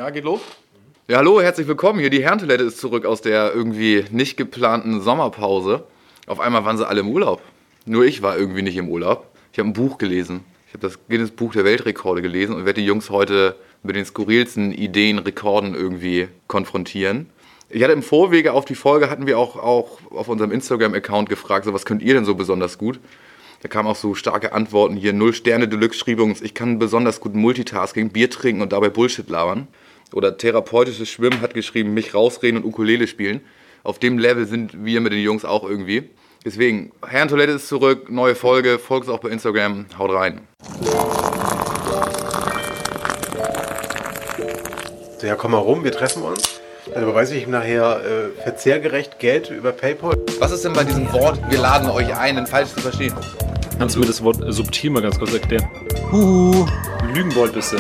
Ja, geht los. Ja, hallo, herzlich willkommen. Hier die Herrentoilette ist zurück aus der irgendwie nicht geplanten Sommerpause. Auf einmal waren sie alle im Urlaub. Nur ich war irgendwie nicht im Urlaub. Ich habe ein Buch gelesen. Ich habe das Guinness-Buch der Weltrekorde gelesen und werde die Jungs heute mit den skurrilsten Ideen, Rekorden irgendwie konfrontieren. Ich hatte im Vorwege auf die Folge, hatten wir auch auf unserem Instagram-Account gefragt, so was könnt ihr denn so besonders gut? Da kamen auch so starke Antworten hier. 0 Sterne Deluxe schrieb uns, ich kann besonders gut Multitasking, Bier trinken und dabei Bullshit labern. Oder therapeutisches Schwimmen hat geschrieben, mich rausreden und Ukulele spielen. Auf dem Level sind wir mit den Jungs auch irgendwie. Deswegen, Herrentoilette ist zurück, neue Folge, folgt uns auch bei Instagram, haut rein. So, ja, komm mal rum, wir treffen uns. Dann überweise ich ihm nachher verzehrgerecht Geld über PayPal. Was ist denn bei diesem Wort, wir laden euch ein, denn falsch zu verstehen? Kannst du mir das Wort subtil mal ganz kurz erklären? Lügenbold bist du.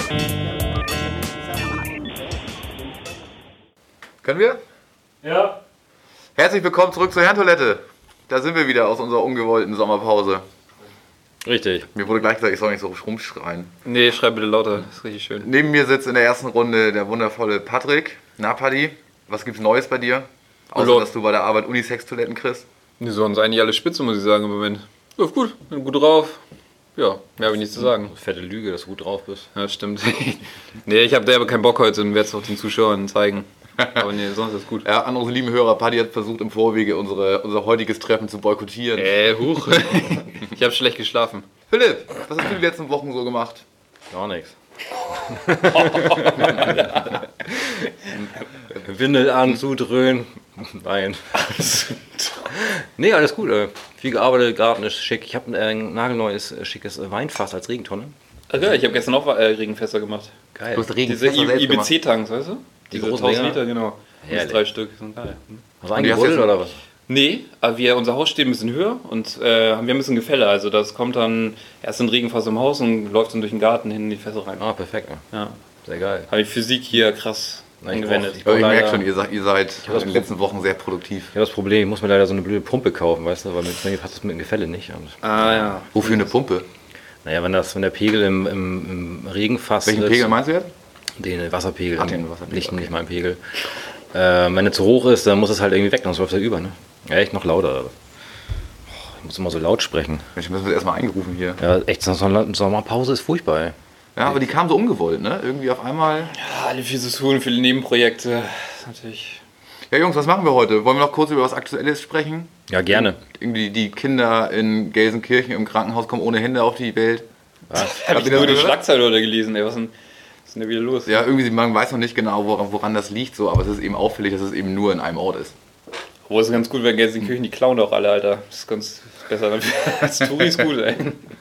Können wir? Ja. Herzlich willkommen zurück zur Herrentoilette. Da sind wir wieder aus unserer ungewollten Sommerpause. Richtig. Mir wurde gleich gesagt, ich soll nicht so rumschreien. Nee, schreib bitte lauter, das ist richtig schön. Neben mir sitzt in der ersten Runde der wundervolle Patrick. Na, Paddy, was gibt's Neues bei dir? Außer, Hallo. dass du bei der Arbeit Unisex-Toiletten kriegst. Die sind eigentlich alle spitze, muss ich sagen, im Moment. Läuft gut, bin gut drauf. Ja, mehr habe ich nichts zu sagen. Fette Lüge, dass du gut drauf bist. Ja, stimmt. Nee, ich habe derbe keinen Bock heute und werde es auch den Zuschauern zeigen. Aber nee, sonst ist gut. Ja, an unsere lieben Hörer, Paddy hat versucht im Vorwege unser heutiges Treffen zu boykottieren. Huch. Ich habe schlecht geschlafen. Philipp, was hast du die letzten Wochen so gemacht? Gar nichts. Windel an, zudröhnen. Nein. Nee, alles gut. Viel gearbeitet, Garten ist schick. Ich habe ein nagelneues, schickes Weinfass als Regentonne. Ach ja, ich habe gestern auch Regenfässer gemacht. Geil. Du hast Diese Regenfässer selbst gemacht. IBC-Tanks, weißt du? Diese großen 1000 Dinger? Liter, genau. Herrlich. Das 3 Stück, sind geil. Hast du Und die hast eingebuddelt du oder was? Nee, aber unser Haus steht ein bisschen höher und wir haben ein bisschen Gefälle. Also das kommt dann erst in Regenfass im Haus und läuft dann durch den Garten hin in die Fässer rein. Ah, perfekt. Ja. Sehr geil. Habe ich Physik hier krass angewendet. Aber ich merke leider- schon, ihr seid in das den letzten Wochen sehr produktiv. Ich habe das Problem, ich muss mir leider so eine blöde Pumpe kaufen, weißt du, weil mir passt das mit dem Gefälle nicht. Und, Ah ja. Wofür eine Pumpe? naja, wenn der Pegel im Regenfass Welchen ist, Pegel meinst du jetzt? Den Wasserpegel, Ach, den Wasserpegel, nicht okay. mein Pegel. Wenn er zu hoch ist, dann muss es halt irgendwie weg, sonst läuft er über, ne? Ja, echt noch lauter. Ich muss immer so laut sprechen. Mensch, müssen wir erstmal eingerufen hier. Ja, echt, so eine Sommerpause ist furchtbar, ey. Ja, aber die kam so ungewollt, ne? Irgendwie auf einmal. Ja, alle viel zu tun, viele Nebenprojekte. Das ist natürlich. Ja, Jungs, was machen wir heute? Wollen wir noch kurz über was Aktuelles sprechen? Ja, gerne. Irgendwie die Kinder in Gelsenkirchen im Krankenhaus kommen ohne Hände auf die Welt. Habe Habt ich ihr das nur die gehört? Schlagzeile oder gelesen, ey. Was ist denn da wieder los? Ja, irgendwie, man weiß noch nicht genau, woran das liegt, so, aber es ist eben auffällig, dass es eben nur in einem Ort ist. Wo ist ganz gut, wenn Gelsenkirchen, die klauen doch alle, Alter. Das ist ganz besser als Touris gut, ey.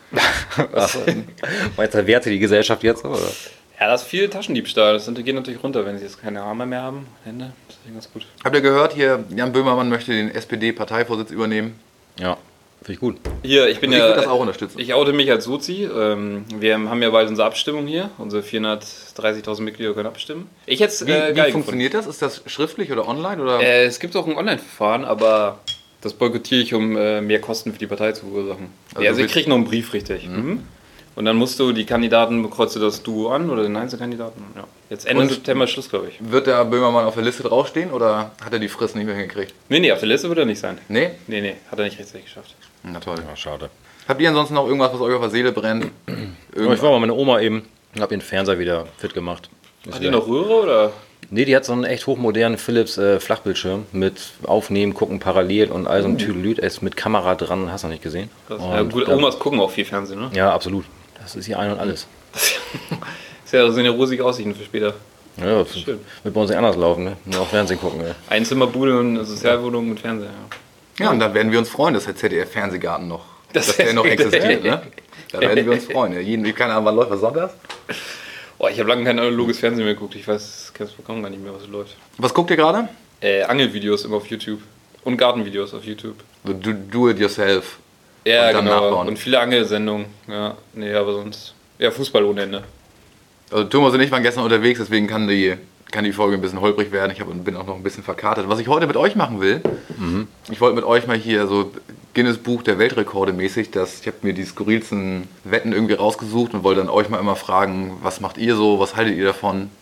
Meinst du, werte die Gesellschaft jetzt, oder? Ja, das ist viel Taschendiebstahl. Das geht natürlich runter, wenn sie jetzt keine Arme mehr haben. Hände, das ist ganz gut. Habt ihr gehört, hier, Jan Böhmermann möchte den SPD-Parteivorsitz übernehmen? Ja, finde ich gut. Hier, ich bin Und ich ja. würde das auch unterstützen. Ich oute mich als Sozi. Wir haben ja bald unsere Abstimmung hier. Unsere 430.000 Mitglieder können abstimmen. Ich hätte es Wie geil gefunden. funktioniert das? Ist das schriftlich oder online? Oder? Es gibt auch ein Online-Verfahren, aber das boykottiere ich, um mehr Kosten für die Partei zu verursachen. Also Also ich willst- kriege noch einen Brief, richtig. Mhm. Und dann musst du die Kandidaten, kreuzt du das Duo an oder den Einzelkandidaten. Ja. Jetzt Ende Und- September Schluss, glaube ich. Wird der Böhmermann auf der Liste draufstehen oder hat er die Frist nicht mehr hingekriegt? Nee, auf der Liste wird er nicht sein. Nee? Nee, hat er nicht rechtzeitig geschafft. Na toll. Ja, schade. Habt ihr ansonsten noch irgendwas, was euch auf der Seele brennt? Aber ich war bei meiner Oma eben, habe den Fernseher wieder fit gemacht. Hat die noch Röhre oder? Nee, die hat so einen echt hochmodernen Philips Flachbildschirm mit Aufnehmen, Gucken parallel und all so ein Tüdelüt, ist mit Kamera dran, hast du noch nicht gesehen. Krass. Und Ja, gut, dann- Omas gucken auch viel Fernsehen, ne? Ja, absolut. Das ist hier ein und alles. Das sind ja rosige Aussichten für später. Ja, das Schön. wird bei uns nicht anders laufen, ne? Nur auf Fernsehen gucken. Ne? Einzimmerbude und eine Sozialwohnung mit Fernseher. Ja. Ja, und dann werden wir uns freuen, dass der ZDF-Fernsehgarten noch, Das dass der noch ist- existiert. Ne? Da werden wir uns freuen. Ja, keine Ahnung, wann läuft was sonntags? Oh, ich habe lange kein analoges Fernsehen mehr geguckt. Ich weiß, kenne es vollkommen gar nicht mehr, was läuft. Was guckt ihr gerade? Angelvideos immer auf YouTube. Und Gartenvideos auf YouTube. So Do it yourself. Ja, Und dann genau. nachbauen. Und viele Angelsendungen. Ja, nee, aber sonst. Ja, Fußball ohne Ende. Also Thomas und ich waren gestern unterwegs, deswegen kann die Folge ein bisschen holprig werden. Bin auch noch ein bisschen verkatert. Was ich heute mit euch machen will, ich wollte mit euch mal hier so Guinness Buch der Weltrekorde mäßig, ich habe mir die skurrilsten Wetten irgendwie rausgesucht und wollte dann euch mal immer fragen, was macht ihr so, was haltet ihr davon?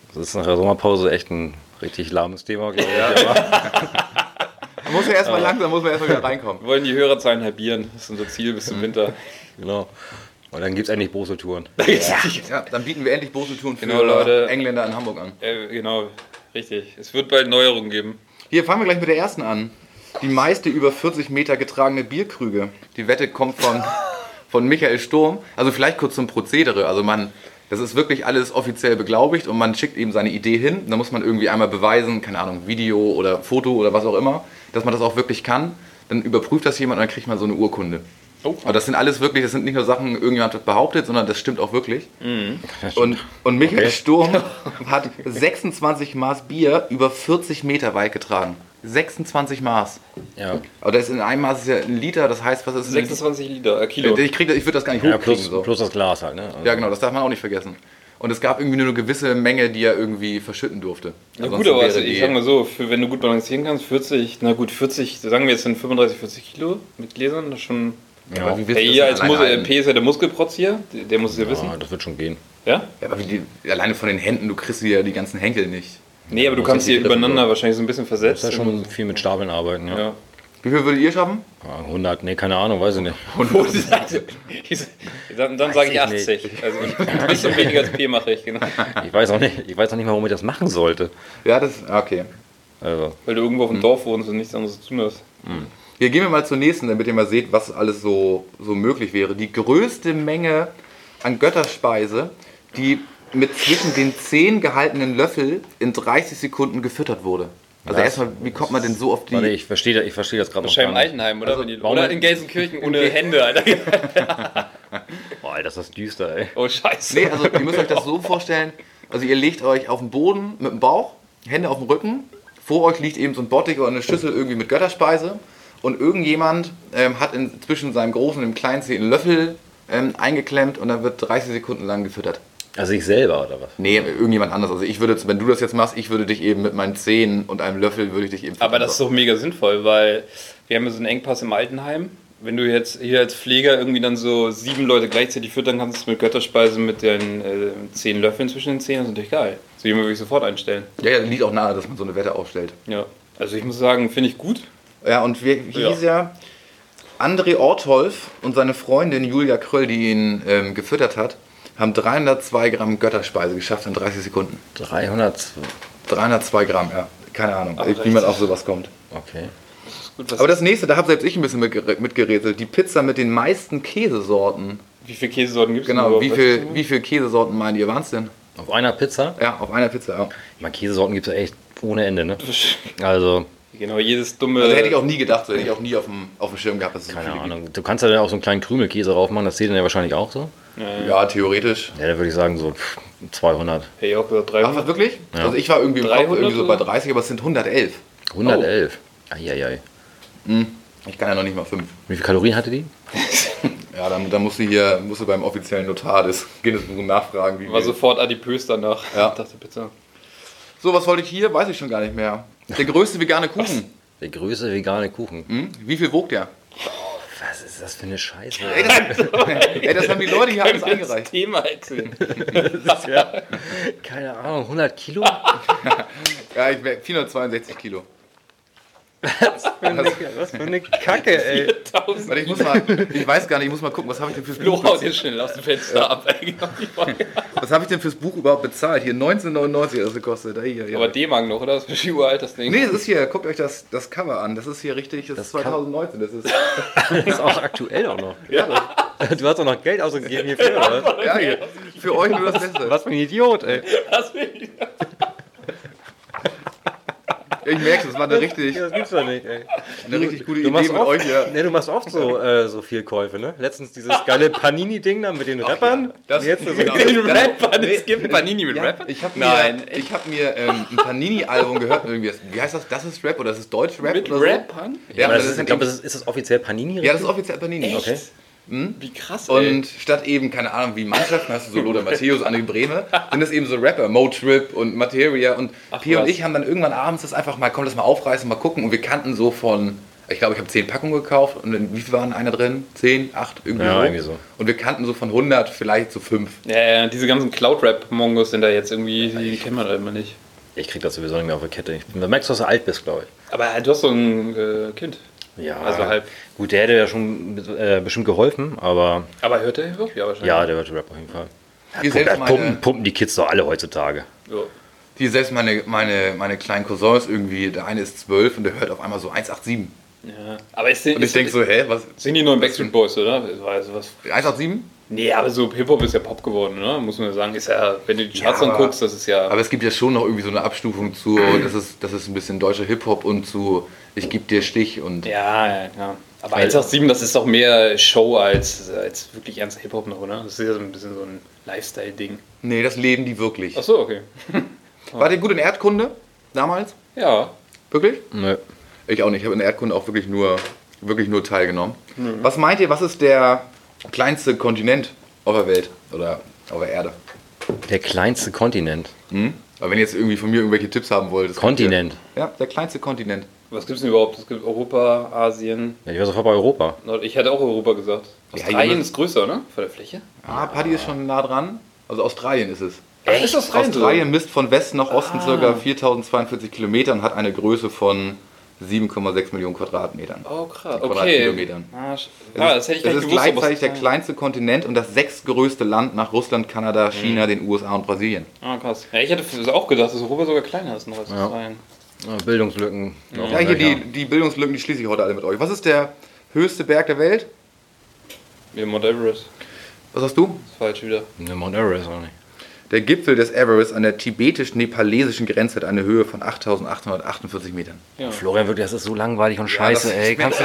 Das ist nach der Sommerpause echt ein richtig lahmes Thema, glaube ich. Aber Man muss ja erstmal langsam, muss man erstmal wieder reinkommen. Wir wollen die Hörerzahlen halbieren. Das ist unser Ziel bis zum Winter. genau. Und dann gibt es endlich Boseltouren. Ja, dann bieten wir endlich Boseltouren für Genau, Leute. Engländer in Hamburg an. Genau, richtig. Es wird bald Neuerungen geben. Hier fangen wir gleich mit der ersten an. Die meiste über 40 Meter getragene Bierkrüge. Die Wette kommt von Michael Sturm. Also vielleicht kurz zum Prozedere. Also das ist wirklich alles offiziell beglaubigt und man schickt eben seine Idee hin. Da muss man irgendwie einmal beweisen, keine Ahnung, Video oder Foto oder was auch immer, dass man das auch wirklich kann. Dann überprüft das jemand und dann kriegt man so eine Urkunde. Oh. Aber das sind alles wirklich, das sind nicht nur Sachen, irgendjemand hat behauptet, sondern das stimmt auch wirklich. Und Michael Sturm hat 26 Maß Bier über 40 Meter weit getragen. 26 Maß. Ja. Aber das ist in einem Maß ist ja ein Liter, das heißt, was ist 26 Liter, Kilo. Ich würde das gar nicht Ja, hochkriegen. plus das Glas halt, ne? Also, Ja, genau, das darf man auch nicht vergessen. Und es gab irgendwie nur eine gewisse Menge, die er irgendwie verschütten durfte. Ja gut, Ansonsten aber also wäre ich die- sag mal so, wenn du gut balancieren kannst, 40, sagen wir jetzt sind 35, 40 Kilo mit Gläsern, das ist schon... ja. Aber wie willst Hey, du hier das als denn alleine halten? P ist ja der Muskelprotz hier, der muss es ja wissen. Ja, das wird schon gehen. Ja? Ja, aber alleine von den Händen, du kriegst ja die ganzen Henkel nicht. Nee, aber du muss kannst nicht hier die Griffen übereinander so. wahrscheinlich so ein bisschen Das versetzt. ist ja schon viel mit Stapeln arbeiten, ja. Ja. Wie viel würdet ihr schaffen? Ja, 100, nee, keine Ahnung, weiß ich nicht. Dann sage ich ich 80. Also ein bisschen weniger als P mache ich, genau. Ich weiß auch nicht, mal, warum ich das machen sollte. Ja, okay. Also, Weil du irgendwo auf dem Dorf wohnst und nichts anderes zu tun hast. Hier gehen wir mal zur nächsten, damit ihr mal seht, was alles so möglich wäre. Die größte Menge an Götterspeise, die mit zwischen den 10 gehaltenen Löffel in 30 Sekunden gefüttert wurde. Also Was? erstmal, wie kommt man denn so auf die... warte, ich verstehe das gerade noch Wahrscheinlich im gar nicht. Altenheim, oder? Also, warum- Oder in Gelsenkirchen ohne Hände, Alter. Boah, Alter, ist das düster, ey. Oh, scheiße. Nee, also ihr müsst euch das so vorstellen, also ihr legt euch auf den Boden mit dem Bauch, Hände auf dem Rücken, vor euch liegt eben so ein Bottich oder eine Schüssel irgendwie mit Götterspeise und irgendjemand hat zwischen seinem großen und dem kleinen Zeh einen Löffel eingeklemmt und dann wird 30 Sekunden lang gefüttert. Also ich selber, oder was? Nee, irgendjemand anders. Also ich würde, wenn du das jetzt machst, ich würde dich eben mit meinen Zehen und einem Löffel würde ich dich eben Aber das ist doch mega sinnvoll, weil wir haben ja so einen Engpass im Altenheim. Wenn du jetzt hier als Pfleger irgendwie dann so 7 Leute gleichzeitig füttern kannst mit Götterspeise mit den 10 Löffeln zwischen den Zähnen, das ist natürlich geil. So jemand würde ich sofort einstellen. Ja, liegt auch nahe, dass man so eine Wette aufstellt. Ja. Also ich muss sagen, finde ich gut. Ja, und wie hieß ja André Ortolf und seine Freundin Julia Kröll, die ihn gefüttert hat, haben 302 Gramm Götterspeise geschafft in 30 Sekunden. 302. 302 Gramm, ja. Keine Ahnung, Ach, wie man auf sowas kommt. Okay. Das ist gut, was Aber das nächste, da habe selbst ich ein bisschen mitgerätselt. Die Pizza mit den meisten Käsesorten. wie viele Käsesorten gibt es Genau, wie viel Käsesorten meint ihr, waren es denn? Auf einer Pizza? Ja, auf einer Pizza, ja. Ich meine, Käsesorten gibt es ja echt ohne Ende, ne? Also, Genau, jedes dumme... Also hätte ich auch nie gedacht, so hätte ich auch nie auf dem Schirm gehabt, dass es so keine viele Ahnung. Du kannst ja dann auch so einen kleinen Krümelkäse drauf machen, das zählt dann ja wahrscheinlich auch so. gibt. Ja, theoretisch. Ja, da würde ich sagen so 200. Hätte ich auch gesagt Ach, 300. was wirklich? Ja. Also ich war irgendwie im Kopf 300 irgendwie so bei oder? 30, aber es sind 111. 111. Eieiei. Ich kann ja noch nicht mal 5. Wie viele Kalorien hatte die? Ja, dann musst du beim offiziellen Notar des Guinness-Buch nachfragen, wie War viel. sofort adipös danach. Ja. Ich dachte, Pizza. So, was wollte ich hier? Weiß ich schon gar nicht mehr. Der größte vegane Kuchen. Der größte vegane Kuchen. Wie viel wog der? Was ist das für eine Scheiße? Ey, das haben die Leute hier alles eingereicht. Thema wechseln. Keine Ahnung, 100 Kilo? Ja, ich wäre 462 Kilo. Was für eine Kacke, ey. 1000. Warte, ich weiß gar nicht, ich muss mal gucken, was habe ich denn fürs Flo Buch haut bezahlt? jetzt schnell aus dem Fenster ab. ey. Genau die Frage. Was habe ich denn fürs Buch überhaupt bezahlt? Hier 19,99 hat das gekostet. Hier. Aber D-Mark noch, oder? Das ist wie uralt das Ding. Nee, es ist hier, guckt euch das Cover an. Das ist hier richtig, das ist 2019. Das ist, Das ist auch aktuell auch noch. Du hast doch noch Geld ausgegeben hierfür, oder was? ja, hier, für euch nur das Beste. Was für ein Idiot, ey. Das will ich. Ich merke, das war eine richtig gibt's doch nicht, ey. gute Du Idee machst mit oft, euch hier. nee, du machst oft so viel Käufe, ne? Letztens dieses geile Panini-Ding da mit den Rappern. Das, Jetzt so genau. Den Das- Rappern, es gibt ein Panini mit Ja, Rappern? ich habe Nein, mir ein Panini-Album gehört. Irgendwie wie heißt das? Das ist Rap oder das ist Deutsch-Rap? mit oder so? Rappern? Ja, aber das ist ich glaube, ist das offiziell Panini? ja, das ist offiziell Panini. Okay. Wie krass, ey. Und statt eben, keine Ahnung, wie Mannschaften, hast du so Lothar Matthäus, André Brehme, sind es eben so Rapper, Motrip und Materia. Und Ach, P und was. ich haben dann irgendwann abends das einfach mal, komm, das mal aufreißen, mal gucken. Und wir kannten so von Ich glaube, ich habe 10 Packungen gekauft und dann, wie viel waren einer drin? 10, 8, irgendwie Ja, so. irgendwie so. Und wir kannten so von 100 vielleicht so 5. Ja, diese ganzen Cloud-Rap-Mongos sind da jetzt irgendwie, die kennt man da immer nicht. Ich krieg das sowieso nicht mehr auf der Kette. Du merkst, dass du alt bist, glaube ich. Aber du hast so ein Kind. Ja, Also halb. Gut, der hätte ja schon bestimmt geholfen, aber Aber hört der Hip-Hop? Ja, wahrscheinlich. ja, der wird Rap auf jeden Fall. Hier selbst Pumpen die Kids doch alle heutzutage. So. Hier selbst meine kleinen Cousins irgendwie, der eine ist 12 und der hört auf einmal so 187. Ja. Aber Und ich denke so, hä, was? sind die nur in Backstreet Boys, oder? War sowas. 187? Nee, aber so Hip-Hop ist ja Pop geworden, ne? Muss man ja sagen. Ist ja, wenn du die Charts Ja, aber- anguckst, das ist ja. Aber es gibt ja schon noch irgendwie so eine Abstufung zu, das ist ein bisschen deutscher Hip-Hop und zu, ich geb dir Stich und... Ja. Aber 187, das ist doch mehr Show als wirklich ernster Hip-Hop noch, oder? Das ist ja so ein bisschen so ein Lifestyle-Ding. Nee, das leben die wirklich. Achso, okay. Wart ihr gut in Erdkunde damals? Ja. Wirklich? Nö. Ich auch nicht. Ich habe in der Erdkunde auch wirklich nur teilgenommen. Was meint ihr, was ist der kleinste Kontinent auf der Welt oder auf der Erde? Der kleinste Kontinent. Aber wenn ihr jetzt irgendwie von mir irgendwelche Tipps haben wollt. das könnt ihr- Kontinent. Ja, der kleinste Kontinent. Was gibt's denn überhaupt? Es gibt Europa, Asien. Ja, ich war sofort bei Europa. Ich hätte auch Europa gesagt. Ja, Australien Junge. ist größer, ne? Von der Fläche. Ah, Paddy ist schon nah dran. Also Australien ist es. Echt? Ist Australien so? Australien misst von Westen nach Osten ca. 4042 Kilometer und hat eine Größe von 7,6 Millionen Quadratmetern. Oh, krass. Okay. Quadratkilometern. Das hätte ich Es gar nicht ist gewusst. aber gleichzeitig es- der kleinste Kontinent und das 6. Land nach Russland, Kanada, China, den USA und Brasilien. Ah, krass. Ja, ich hätte auch gedacht, dass Europa sogar kleiner ist noch als Australien. Ja, Bildungslücken. Ja, hier die Bildungslücken, die schließe ich heute alle mit euch. Was ist der höchste Berg der Welt? Wie Mount Everest. Was hast du? Das ist falsch wieder. Ne, Mount Everest auch nicht. Der Gipfel des Everest an der tibetisch-nepalesischen Grenze hat eine Höhe von 8.848 Metern. Florian, wirklich, das ist so langweilig und scheiße, das- ey. Kannst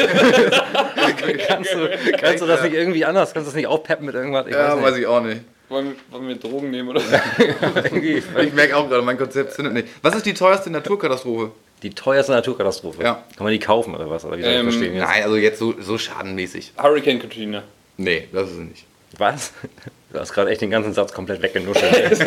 du das nicht irgendwie anders? Kannst du das nicht aufpeppen mit irgendwas? Ich Ja, weiß weiß nicht. ich auch nicht. Wollen wir Drogen nehmen oder? Ich merke auch gerade, mein Konzept zündet nicht. Was ist die teuerste Naturkatastrophe? Die teuerste Naturkatastrophe. Ja. Kann man die kaufen oder was? Oder wie soll ich verstehen jetzt? Nein, also jetzt so schadenmäßig. Hurricane Katrina. Nee, das ist es nicht. Was? Du hast gerade echt den ganzen Satz komplett weggenuschelt.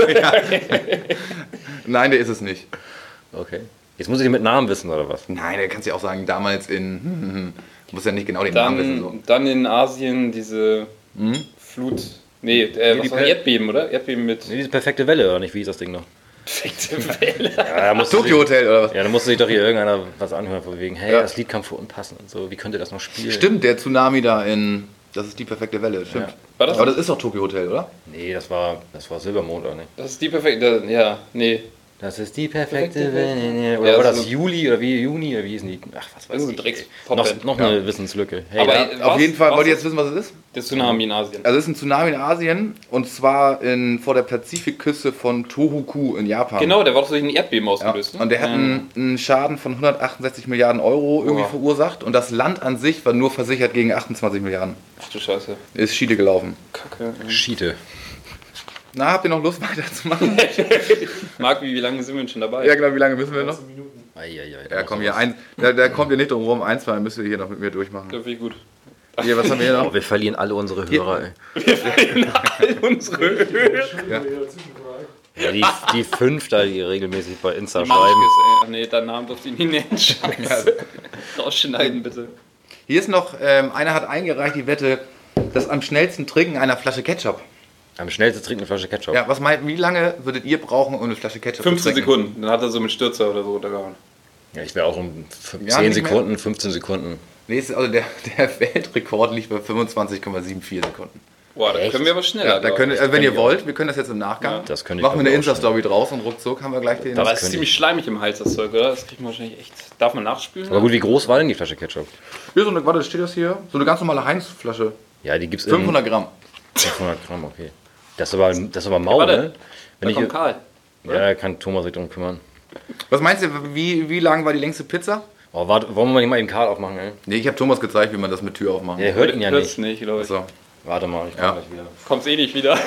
Nein, der ist es nicht. Okay. Jetzt muss ich den mit Namen wissen oder was? Nein, der kannst du ja auch sagen, damals in... Du musst ja nicht genau den Namen wissen. So. Dann in Asien diese Flut. Nee, was war Erdbeben, oder? Erdbeben mit Nee, diese perfekte Welle, oder nicht? Wie hieß das Ding noch? perfekte Welle. Ja, da musste Tokyo Hotel oder was? Ja, da musste sich doch hier irgendeiner was anhören, von wegen, hey, Ja. das Lied kam für unpassend und so, wie könnt ihr das noch spielen? Stimmt, der Tsunami da in... Das ist die perfekte Welle, stimmt. Ja. War das? Aber das ist doch Tokyo Hotel, oder? Nee, das war Silbermond, oder nicht? Das ist die perfekte. Ja, nee. Das ist die perfekte Welle. Ja, Oder war das das ist Juli oder wie Juni oder wie hießen die? Ach, was weiß Irgendeine ich. Drecks-Popband. Noch eine Wissenslücke. Hey, Aber- da- Auf Was? jeden Fall, Was wollt ihr ist- jetzt wissen, was es ist? Der Tsunami in Asien. Also es ist ein Tsunami in Asien und zwar vor der Pazifikküste von Tohoku in Japan. Genau, der war doch durch ein Erdbeben Ja. ausgelöst. Ne? Und der hat einen Schaden von 168 Milliarden Euro irgendwie Boah. verursacht und das Land an sich war nur versichert gegen 28 Milliarden. Ach du Scheiße. Ist Schiede gelaufen. Kacke. Schiete. Na, habt ihr noch Lust weiterzumachen? Marc, wie lange sind wir denn schon dabei? Ja genau, wie lange müssen wir noch? Eieiei. Ja komm, hier da kommt ihr nicht drum rum, 1, 2 müsst ihr hier noch mit mir durchmachen. Das finde ich gut. Hier, was haben wir hier Oh, noch? wir verlieren alle unsere Hörer, ey. Unsere Höhe. Ja, die 5 da, die regelmäßig bei Insta Schreiben. schreiben. Ach nee, deinen Namen durfte ich nie nennen. Scheiße. Rausschneiden bitte. Hier ist noch, einer hat eingereicht die Wette, das am schnellsten Trinken einer Flasche Ketchup. Am schnellsten trinken eine Flasche Ketchup. Ja, was meint, wie lange würdet ihr brauchen, um eine Flasche Ketchup 15 zu trinken? Sekunden. Dann hat er so mit Stürzer oder so runtergehauen. Ja, ich wäre auch um 10 Ja, nicht Sekunden, 15 Sekunden. Nee, also der Weltrekord liegt bei 25,74 Sekunden. Boah, da Echt? können wir aber schneller. Ja, da glaub können, ich. also wenn ihr ich auch. wollt, wir können das jetzt im Nachgang. Das könnte ich, Machen wir eine glaub ich, auch Insta-Story draus und ruckzuck haben wir gleich den. Aber es ist könnte ziemlich schleimig im Hals, das Zeug, oder? Das kriegt man wahrscheinlich echt. Darf man nachspülen? Aber gut, wie groß war denn die Flasche Ketchup? Hier so eine, warte, steht das hier? So eine ganz normale Heinz-Flasche. Ja, die gibt's 500 Gramm. 500 Gramm, okay. Das ist aber mau, Warte, ne? da kommt Karl. Ja, da kann Thomas sich drum kümmern. Was meinst du, wie lang war die längste Pizza? Oh, warte, wollen wir nicht mal eben Karl aufmachen, ey? Nee, ich habe Thomas gezeigt, wie man das mit Tür aufmacht. Der hört ihn ja Hört's nicht. nicht, glaube ich. So. Warte mal, ich komm Ja. gleich wieder. Kommt's eh nicht wieder.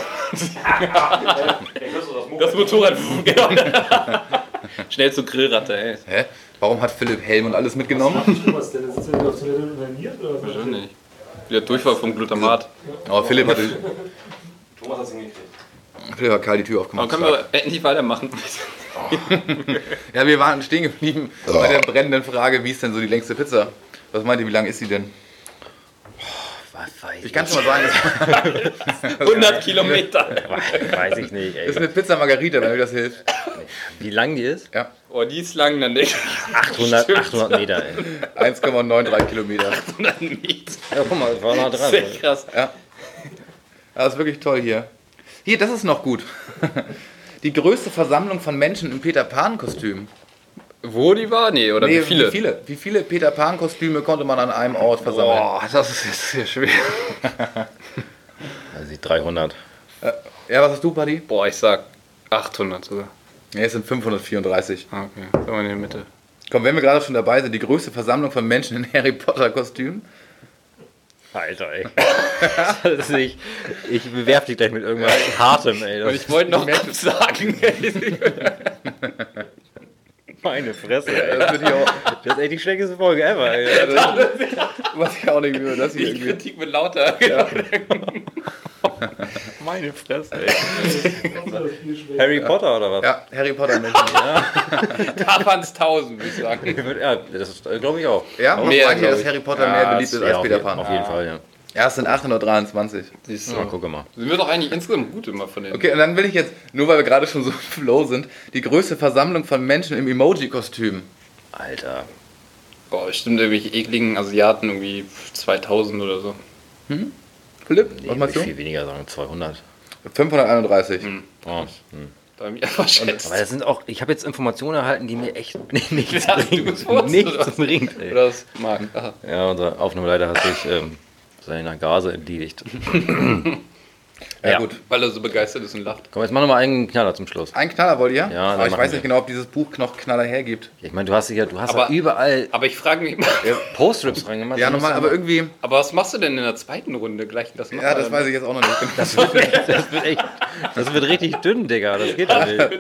Das Motorrad, genau. Schnell zur Grillratte, ey. Hä? Warum hat Philipp Helm und alles mitgenommen? Was denn? Sitzt er auf Toilette und uriniert? Oder? Wahrscheinlich. Wieder Durchfall vom Glutamat. Aber Philipp hat Thomas hat's hingekriegt. Karl die Tür Aber aufgemacht. können wir endlich weitermachen? Ja, wir waren stehen geblieben bei der brennenden Frage, wie ist denn so die längste Pizza? Was meint ihr, wie lang ist sie denn? Was weiß Ich kann schon mal sagen, 100 Kilometer. Weiß ich nicht, das ist ey. eine Pizza Margarita, wenn euch das hilft. Wie lang die ist? Ja, Oh, die ist lang dann nicht. 800 Meter, ey. 1,93 Kilometer. 100 Meter. Ja, guck mal, das war nah Das dran. ist echt krass. Ja. Das ist wirklich toll hier. Hier, das ist noch gut. Die größte Versammlung von Menschen im Peter Pan-Kostüm. Wo die war? Nee, oder wie viele? Wie viele Peter Pan-Kostüme konnte man an einem Ort versammeln? Boah, das ist jetzt sehr schwer. Also 300. Ja, was hast du, Buddy? Boah, ich sag 800 sogar. Ja, es sind 534. Ah, okay, sind wir in der Mitte. Komm, wenn wir gerade schon dabei sind, die größte Versammlung von Menschen in Harry Potter-Kostümen. Alter, ey. Das ist nicht, ich bewerf dich gleich mit irgendwas Hartem, ey. Und Das ich wollte noch absagen. meine Fresse, ey. Das wird hier auch, Das ist echt die schlechteste Folge ever, ey. was ich auch nicht will, das hier Die irgendwie. Kritik wird lauter. Meine Fresse, ey. Das ist viel schwerer. Harry Potter oder was? Ja, Harry Potter-Menschen. Da waren es 1000, würde ich sagen. Ja, das ist, glaube ich auch. Ja, Mehr, meint ihr, glaub dass ich. Harry Potter Ja, mehr beliebt ist Ja, als auf, Peter je- Pan? auf jeden Fall, ja. Ja, es sind 823. Siehst du. Ja, guck mal. Sind wir doch eigentlich insgesamt gut immer von den. Okay, und dann will ich jetzt, nur weil wir gerade schon so im Flow sind, die größte Versammlung von Menschen im Emoji-Kostüm. Alter. Boah, bestimmt irgendwelche ekligen Asiaten, irgendwie 2000 oder so. Philipp, Nee, was meinst würde ich du? viel weniger sagen, 200. 531. Oh. Da hab ich einfach schätzt. Aber das sind auch, ich habe jetzt Informationen erhalten, die mir echt nichts Ja, du bringen. bist oder Nichts was? bringt, ey. Oder das mag. Aha. Ja, unser Aufnahmeleiter hat sich seiner Gase entledigt. Ja, Ja. gut. Weil er so begeistert ist und lacht. Komm, jetzt mach noch mal einen Knaller zum Schluss. Ein Knaller wollt ihr? Ja, aber dann ich machen weiß wir. nicht genau, ob dieses Buch noch Knaller hergibt. Ich meine, du hast ja Aber- überall Aber ich frage mich mal, Post-Trips reingemacht. Ja, nochmal, aber irgendwie, aber was machst du denn in der zweiten Runde gleich? Das ja, das weiß ich jetzt auch noch nicht. Das wird richtig dünn, Digga. Das geht doch nicht.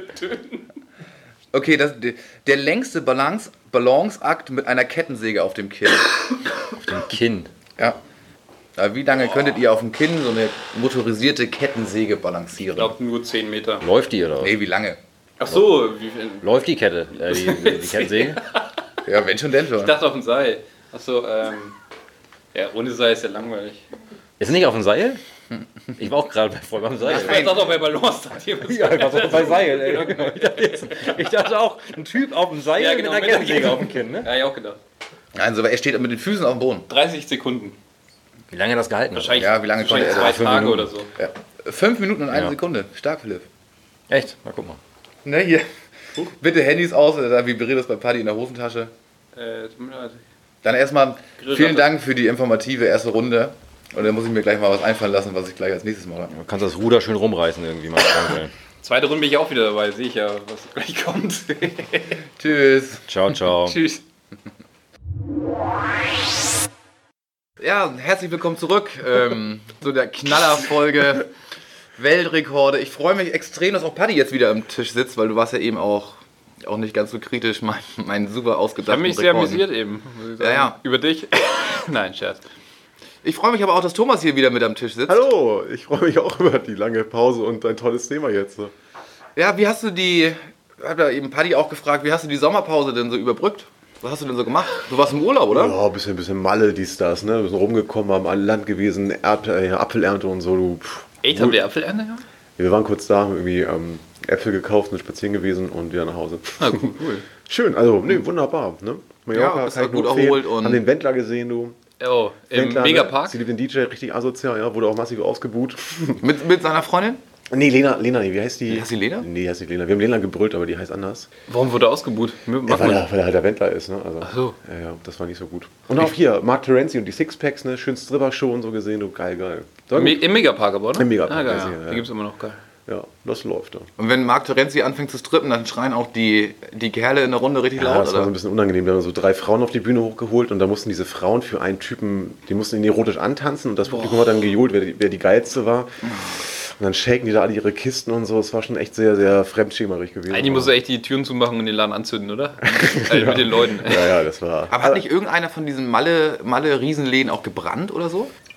Okay, der längste Balanceakt mit einer Kettensäge auf dem Kinn. Auf dem Kinn. Ja. Aber wie lange könntet ihr auf dem Kinn so eine motorisierte Kettensäge Ich balancieren? glaube nur 10 Meter. Läuft die oder was? Nee, wie lange? Ach so, wie viel? Läuft die Kette, die Kettensäge? Ja, wenn schon, denn schon. Ich dachte auf dem Seil. Ach so, ja, ohne Seil ist ja langweilig. Ist nicht auf dem Seil? Ich war auch gerade voll beim Seil. Ich dachte auch bei Balance. Ja, ich war so bei Seil, ey. Genau. Ich dachte auch, ein Typ auf dem Seil Ja, genau, mit einer mit einer Kettensäge auf dem Kinn, ne? Ja, ich auch gedacht. Nein, so, er steht mit den Füßen auf dem Boden. 30 Sekunden. Wie lange das gehalten hat? Wahrscheinlich, Ja, wie lange konnte wahrscheinlich er 2 das? Tage 5 oder so. Ja. 5 Minuten und eine Ja. Sekunde. Stark, Philipp. Echt? Na, guck mal. Ne, hier. Bitte Handys aus, da vibriert das bei Party in der Hosentasche. Tut mir leid. Dann erstmal Grill- vielen Dank für die informative erste Runde. Und dann muss ich mir gleich mal was einfallen lassen, was ich gleich als nächstes mache. Du kannst das Ruder schön rumreißen irgendwie mal. Zweite Runde bin ich auch wieder dabei, sehe ich ja, was gleich kommt. Tschüss. Ciao, ciao. Tschüss. Ja, herzlich willkommen zurück zu der Knallerfolge Weltrekorde. Ich freue mich extrem, dass auch Paddy jetzt wieder am Tisch sitzt, weil du warst ja eben auch nicht ganz so kritisch, mein super Ich ausgedachten habe mich sehr Rekorden. amüsiert eben. Muss ich sagen. Ja, ja. Über dich? Nein, Scherz. Ich freue mich aber auch, dass Thomas hier wieder mit am Tisch sitzt. Hallo, ich freue mich auch über die lange Pause und ein tolles Thema jetzt. Ja, wie hast du ich habe ja eben Paddy auch gefragt, wie hast du die Sommerpause denn so überbrückt? Was hast du denn so gemacht? Du warst im Urlaub, oder? Ja, ein bisschen Malle, dies, das, ne? Wir sind rumgekommen, haben an Land gewesen, Apfelernte und so. Du, Echt, haben wir Apfelernte gehabt? wir waren kurz da, haben irgendwie Äpfel gekauft, sind spazieren gewesen und wieder nach Hause. Ah, cool. Schön, also, nee, wunderbar, ne? Ja, bist kann auch ich nur gut empfehlen. erholt und- Haben den Wendler gesehen, du. Oh, im Wendler, Megapark? Ne? Sie liebt den DJ, richtig asozial, ja, wurde auch massiv ausgebuht. Mit seiner Freundin? Nee, Lena, nee, wie heißt die? Heißt die Lena? Nee, heißt nicht Lena. Wir haben Lena gebrüllt, aber die heißt anders. Warum wurde er ausgebuht? Ja, weil er halt der Wendler ist, ne? Also, Ach so. Ja, das war nicht so gut. Und auch hier, Mark Terenzi und die Sixpacks, ne? Schön Stripper-Show und so gesehen, du, geil. So, Im Megapark aber, oder? Im Megapark, Ah, geil, weiß ich, ja. ja. Die gibt's immer noch, geil. ja, das läuft da. Und wenn Marc Terenzi anfängt zu strippen, dann schreien auch die Kerle in der Runde richtig Ja, laut, das war so ein oder? bisschen unangenehm. Wir haben so 3 Frauen auf die Bühne hochgeholt und da mussten diese Frauen für einen Typen, die mussten ihn erotisch antanzen und das Publikum hat dann gejohlt, wer die geilste war. Und dann shaken die da alle ihre Kisten und so. Es war schon echt sehr, sehr fremdschämerig gewesen. Eigentlich musst du echt die Türen zumachen und den Laden anzünden, oder? Also mit den Leuten. Ja, das war... Aber hat nicht irgendeiner von diesen Malle-Riesenläden auch gebrannt oder so?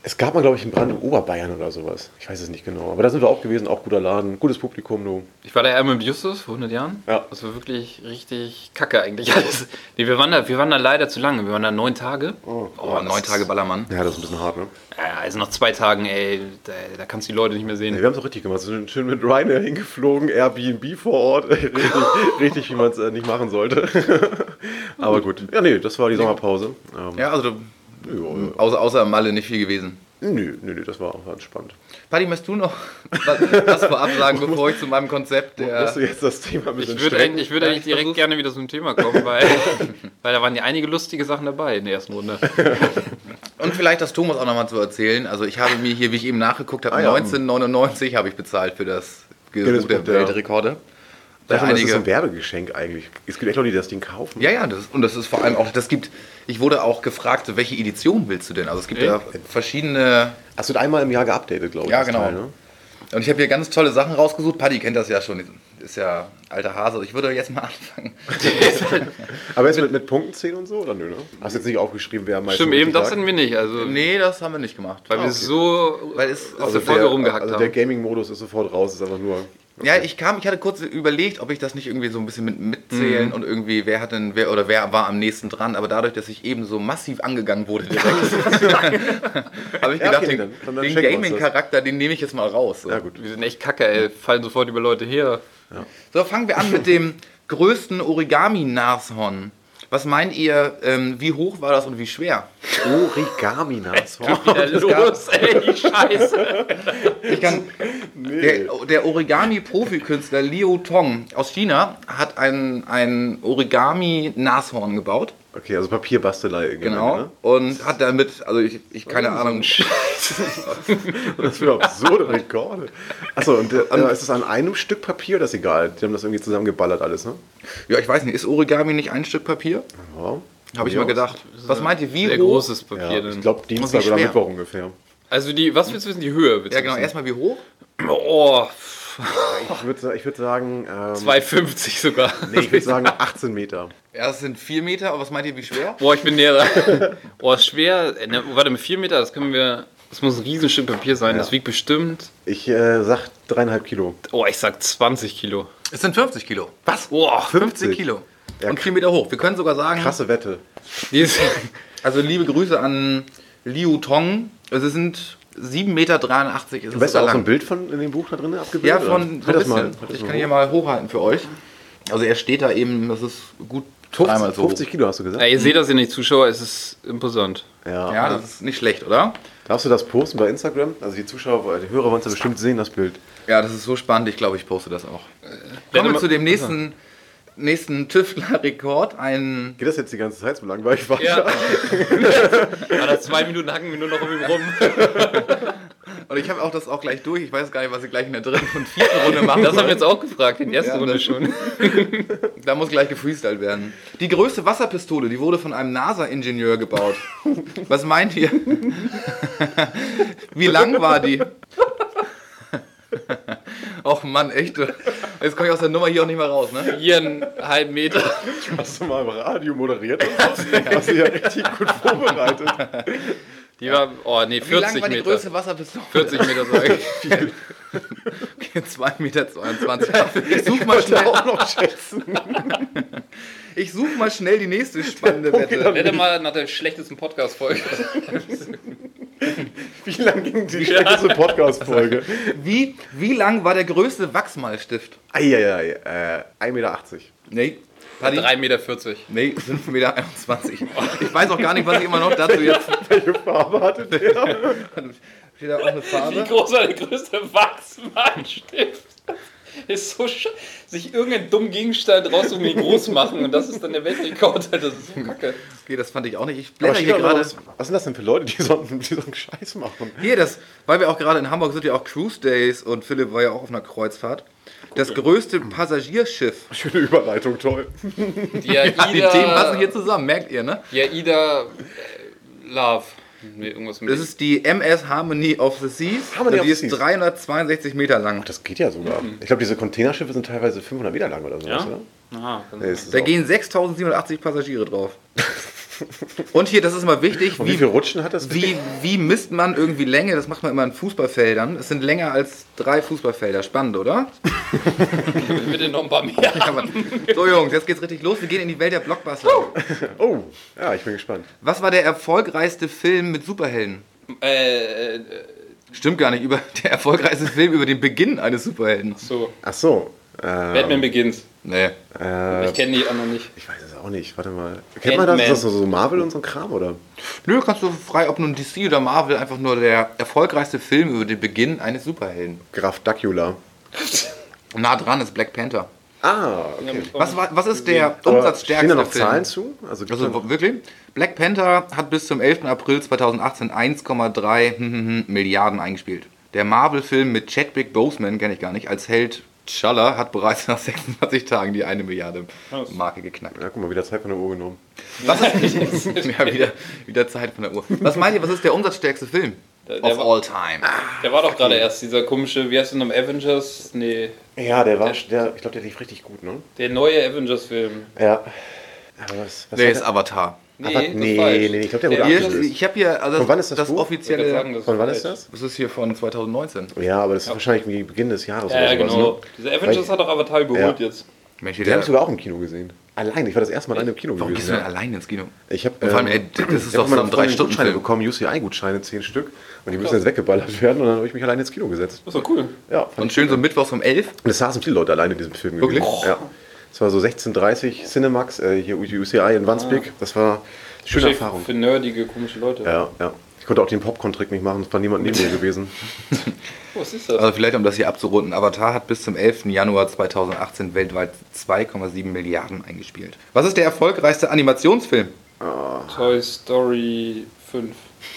Es gab mal, glaube ich, einen Brand in Oberbayern oder sowas. Ich weiß es nicht genau. Aber da sind wir auch gewesen, auch guter Laden, gutes Publikum. Du. Ich war da einmal mit Justus vor 100 Jahren. Ja. Das war wirklich richtig kacke eigentlich alles. Nee, wir waren da leider zu lange. Wir waren da 9 Tage. Oh, 9 Tage Ballermann. Ja, das ist ein bisschen hart, ne? Ja, also nach 2 Tagen, ey, da kannst du die Leute nicht mehr sehen. Ja, wir haben es auch richtig gemacht. Wir sind schön mit Ryanair hingeflogen, Airbnb vor Ort. richtig, wie man es nicht machen sollte. Aber gut. Ja, nee, das war die Sommerpause. Ja, also außer Malle nicht viel gewesen. Nö, das war entspannt. Paddy, möchtest du noch was vorab sagen, bevor ich zu meinem Konzept Musst du jetzt das Thema ein bisschen Ich würde eigentlich direkt gerne wieder zum Thema kommen, weil da waren ja einige lustige Sachen dabei in der ersten Runde. Und vielleicht das Thomas auch nochmal zu erzählen. Also ich habe mir hier, wie ich eben nachgeguckt habe, ja. 1999 habe ich bezahlt für das Gesuch der Guinness-Buch, ja. Weltrekorde. Das ist ein Werbegeschenk eigentlich. Es gibt echt Leute, die das Ding kaufen. Ja, das ist vor allem auch, ich wurde auch gefragt, welche Edition willst du denn? Also es gibt ja verschiedene. Hast du einmal im Jahr geupdatet, glaube ich. Ja, das genau. Teil, ne? Und ich habe hier ganz tolle Sachen rausgesucht. Paddy kennt das ja schon, ist ja alter Hase. Ich würde jetzt mal anfangen. Aber jetzt mit Punkten zählen und so, oder nö, ne? Hast du jetzt nicht aufgeschrieben, wer am meisten Stimmt, eben, richtig das lag? sind wir nicht. Also, Nee, das haben wir nicht gemacht. weil wir so Weil es aus der Folge rumgehackt Also der haben. Gaming-Modus ist sofort raus, ist einfach nur... Ja, ich hatte kurz überlegt, ob ich das nicht irgendwie so ein bisschen mitzählen und irgendwie, wer war am nächsten dran, aber dadurch, dass ich eben so massiv angegangen wurde direkt, habe ich Ja, gedacht, okay, den dann schenken wir uns das. Gaming-Charakter, den nehme ich jetzt mal raus. So. Ja, gut. Wir sind echt kacke, ey. Fallen sofort über Leute her. So, fangen wir an mit dem größten Origami-Nashorn. Was meint ihr, wie hoch war das und wie schwer? Origami-Nashorn. Los, ey, Scheiße. Der Origami-Profikünstler Liu Tong aus China hat ein Origami-Nashorn gebaut. Okay, also Papierbastelei. irgendwie, Genau. Ne? Und hat damit, also ich keine Ahnung. Das für absurde Rekorde. Achso, und ist es an einem Stück Papier? Das ist egal. Die haben das irgendwie zusammengeballert alles, ne? Ja, ich weiß nicht, ist Origami nicht ein Stück Papier? Ja. Habe ich mal gedacht. Was meint ihr, wie Sehr hoch? großes Papier. Ja, dann. ich glaube Dienstag wie oder schwer? Mittwoch ungefähr. Also was willst du wissen? Die Höhe? willst Ja, du genau. wissen? Erstmal wie hoch? Oh, Ich würd sagen... 2,50 sogar. Nee, ich würde sagen 18 Meter. Ja, das sind 4 Meter, aber was meint ihr, wie schwer? Boah, ich bin näher. Boah, schwer. Warte, mit 4 Meter, das muss ein Riesenstück Papier sein. Ja. Das wiegt bestimmt, Ich sag 3,5 Kilo. ich sag 20 Kilo. Es sind 50 Kilo. Was? Boah, 50 Kilo. Ja, Und 4 Meter hoch. Wir können sogar sagen, Krasse Wette. also liebe Grüße an Liu Tong. Also es sind 7,83 Meter. Ist es Weißt du sogar auch so ein lang. Bild von in dem Buch da drin abgebildet? Ja, oder? von so ein Halt das mal. bisschen. Ich kann hier mal hochhalten für euch. Also er steht da eben, das ist gut dreimal 50, so 50 Kilo hast du gesagt? ja, ihr seht das ja nicht, Zuschauer, es ist imposant. Ja. hoch. Ja, das ist nicht schlecht, oder? Darfst du das posten bei Instagram? Also die Zuschauer, die Hörer wollen es ja bestimmt sehen, das Bild. Ja, das ist so spannend. Ich glaube, ich poste das auch. Kommen wir zu dem nächsten Tüftler-Rekord. Geht das jetzt die ganze Zeit so langweilig weiter? Ja. Nach 2 Minuten hacken wir nur noch um ihn rum. Und ich habe auch das auch gleich durch. Ich weiß gar nicht, was ich gleich in der dritten und vierten Runde machen Das haben soll. wir jetzt auch gefragt, in der ersten Ja, Runde das- schon. Da muss gleich gefreestylt werden. Die größte Wasserpistole, die wurde von einem NASA-Ingenieur gebaut. Was meint ihr? Wie lang war die? Och Mann, echt. Jetzt komme ich aus der Nummer hier auch nicht mehr raus, ne? 4,5 Meter. Hast du mal im Radio moderiert? Hast du ja richtig gut vorbereitet. Die war, 40 Wie lang war die Meter. größte Wasserpistole? 40 Meter, sage ich. Okay, 2,22 Meter. Ich such mal schnell. Auch noch schätzen. Ich suche mal schnell die nächste spannende Wette. Wette mal nach der schlechtesten Podcast-Folge. Wie lang ging die schlechteste Podcast-Folge? Wie lang war der größte Wachsmalstift? Eieiei, 1,80 Meter. Nee. Paddy? 3,40 Meter. Nee, 5,21 Meter. Ich weiß auch gar nicht, was ich immer noch dazu jetzt. Welche Farbe hatte der? Steht da auch eine Wie Farbe? groß war der größte Wachsmalstift? Ist so sich irgendeinen dummen Gegenstand raussuchen, ihn groß machen und das ist dann der Weltrekord. Das ist so kacke. Okay, das fand ich auch nicht. Ich Aber blätter steht hier da noch gerade. was sind das denn für Leute, die so einen Scheiß machen? Hier, weil wir auch gerade in Hamburg sind ja auch Cruise Days und Philipp war ja auch auf einer Kreuzfahrt. Das größte Passagierschiff. Schöne Überleitung, toll. Die Die Themen passen hier zusammen, merkt ihr, ne? Die AIDA Love. Nee, irgendwas mit Das ist die MS Harmony of the Seas. Harmony und of die the ist Seas. 362 Meter lang. Das geht ja sogar. Ich glaube, diese Containerschiffe sind teilweise 500 Meter lang oder sowas, Ja? oder? Aha, Nee, es ist Da auch- gehen 6.780 Passagiere drauf. Und hier, das ist immer wichtig, Und wie viele Rutschen hat das? wie misst man irgendwie Länge? Das macht man immer in Fußballfeldern. Es sind länger als 3 Fußballfelder. Spannend, oder? Bitte noch ein paar mehr. So Jungs, jetzt geht's richtig los. Wir gehen in die Welt der Blockbuster. Oh, ja, ich bin gespannt. Was war der erfolgreichste Film mit Superhelden? Stimmt gar nicht. Der erfolgreichste Film über den Beginn eines Superhelden. So, Ach so. Batman Begins. Nee. Ich kenne die anderen nicht. Ich weiß es auch nicht. Warte mal. Kennt man das? Ist das so Marvel und so ein Kram, oder? Nö, kannst du frei, ob nun DC oder Marvel, einfach nur der erfolgreichste Film über den Beginn eines Superhelden. Graf Dracula. Nah dran ist Black Panther. Ah, okay. Was ist der Aber stehen umsatzstärkste da noch Film? Zahlen zu? Also Wirklich? Black Panther hat bis zum 11. April 2018 1,3 Milliarden eingespielt. Der Marvel-Film mit Chadwick Boseman, kenne ich gar nicht, als Held T'Challa hat bereits nach 26 Tagen die 1 Milliarde Marke geknackt. Ja, guck mal, wieder Zeit von der Uhr genommen. Was ist ja, wieder Zeit von der Uhr. Was meint ihr, was ist der umsatzstärkste Film? Der Of war- all time. Der war doch gerade erst dieser komische, wie heißt der noch, Avengers? Nee, Ja, ich glaube, der lief richtig gut, ne? der neue Avengers-Film. Ja. Aber was Der war ist Avatar. Nee, Aber das ist nee, falsch. ich glaube, der wurde Der- abgelöst. Ich habe hier, also Von wann ist das Buch? offizielle. Ich wollte sagen, das Von wann falsch. ist das? Das ist hier von 2019. Ja, aber das ist wahrscheinlich wie Beginn des Jahres Ja, oder sowas, genau. ne? Dieser Avengers hat doch Avatar überholt Ja. jetzt. Mensch, Den habe ich sogar auch im Kino gesehen. Allein, ich war das erste Mal alleine im Kino Warum gehst gewesen. du denn allein ins Kino? Ich habe Und vor allem, ey, das ist doch so ein 3-Stunden-Film. Gutscheine bekommen, UCI-Gutscheine, 10 Stück. Und die müssen jetzt weggeballert werden und dann habe ich mich alleine ins Kino gesetzt. Das ist doch cool. Ja, fand Und ich schön gut. so mittwochs um 11. Und es saßen viele Leute alleine in diesem Film Wirklich? gewesen. Ja. Es war so 16:30 Cinemax, hier UCI in Wandsbek. Das war eine schöne Wahrscheinlich Erfahrung. für nerdige, komische Leute. Ja, ja. Ich konnte auch den Popcorn-Trick nicht machen, es war niemand neben mir gewesen. Oh, was ist das? Also vielleicht, um das hier abzurunden, Avatar hat bis zum 11. Januar 2018 weltweit 2,7 Milliarden eingespielt. Was ist der erfolgreichste Animationsfilm? Toy Story 5.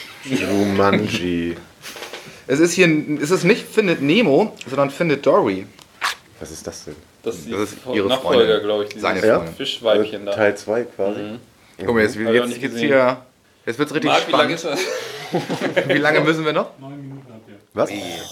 Jumanji. Es ist nicht Findet Nemo, sondern Findet Dory. Was ist das denn? Das ist, Das ist die ihre Nachfolger, Freundin. glaube ich. Dieses Seine Ja? Freundin. Fischweibchen da. Teil 2 quasi. Guck mal, jetzt Hab ich auch nicht jetzt gesehen. hier. Jetzt wird's richtig Marc, wie lange spannend. ist das? Wie lange müssen wir noch? 9 Minuten habt ihr. Was?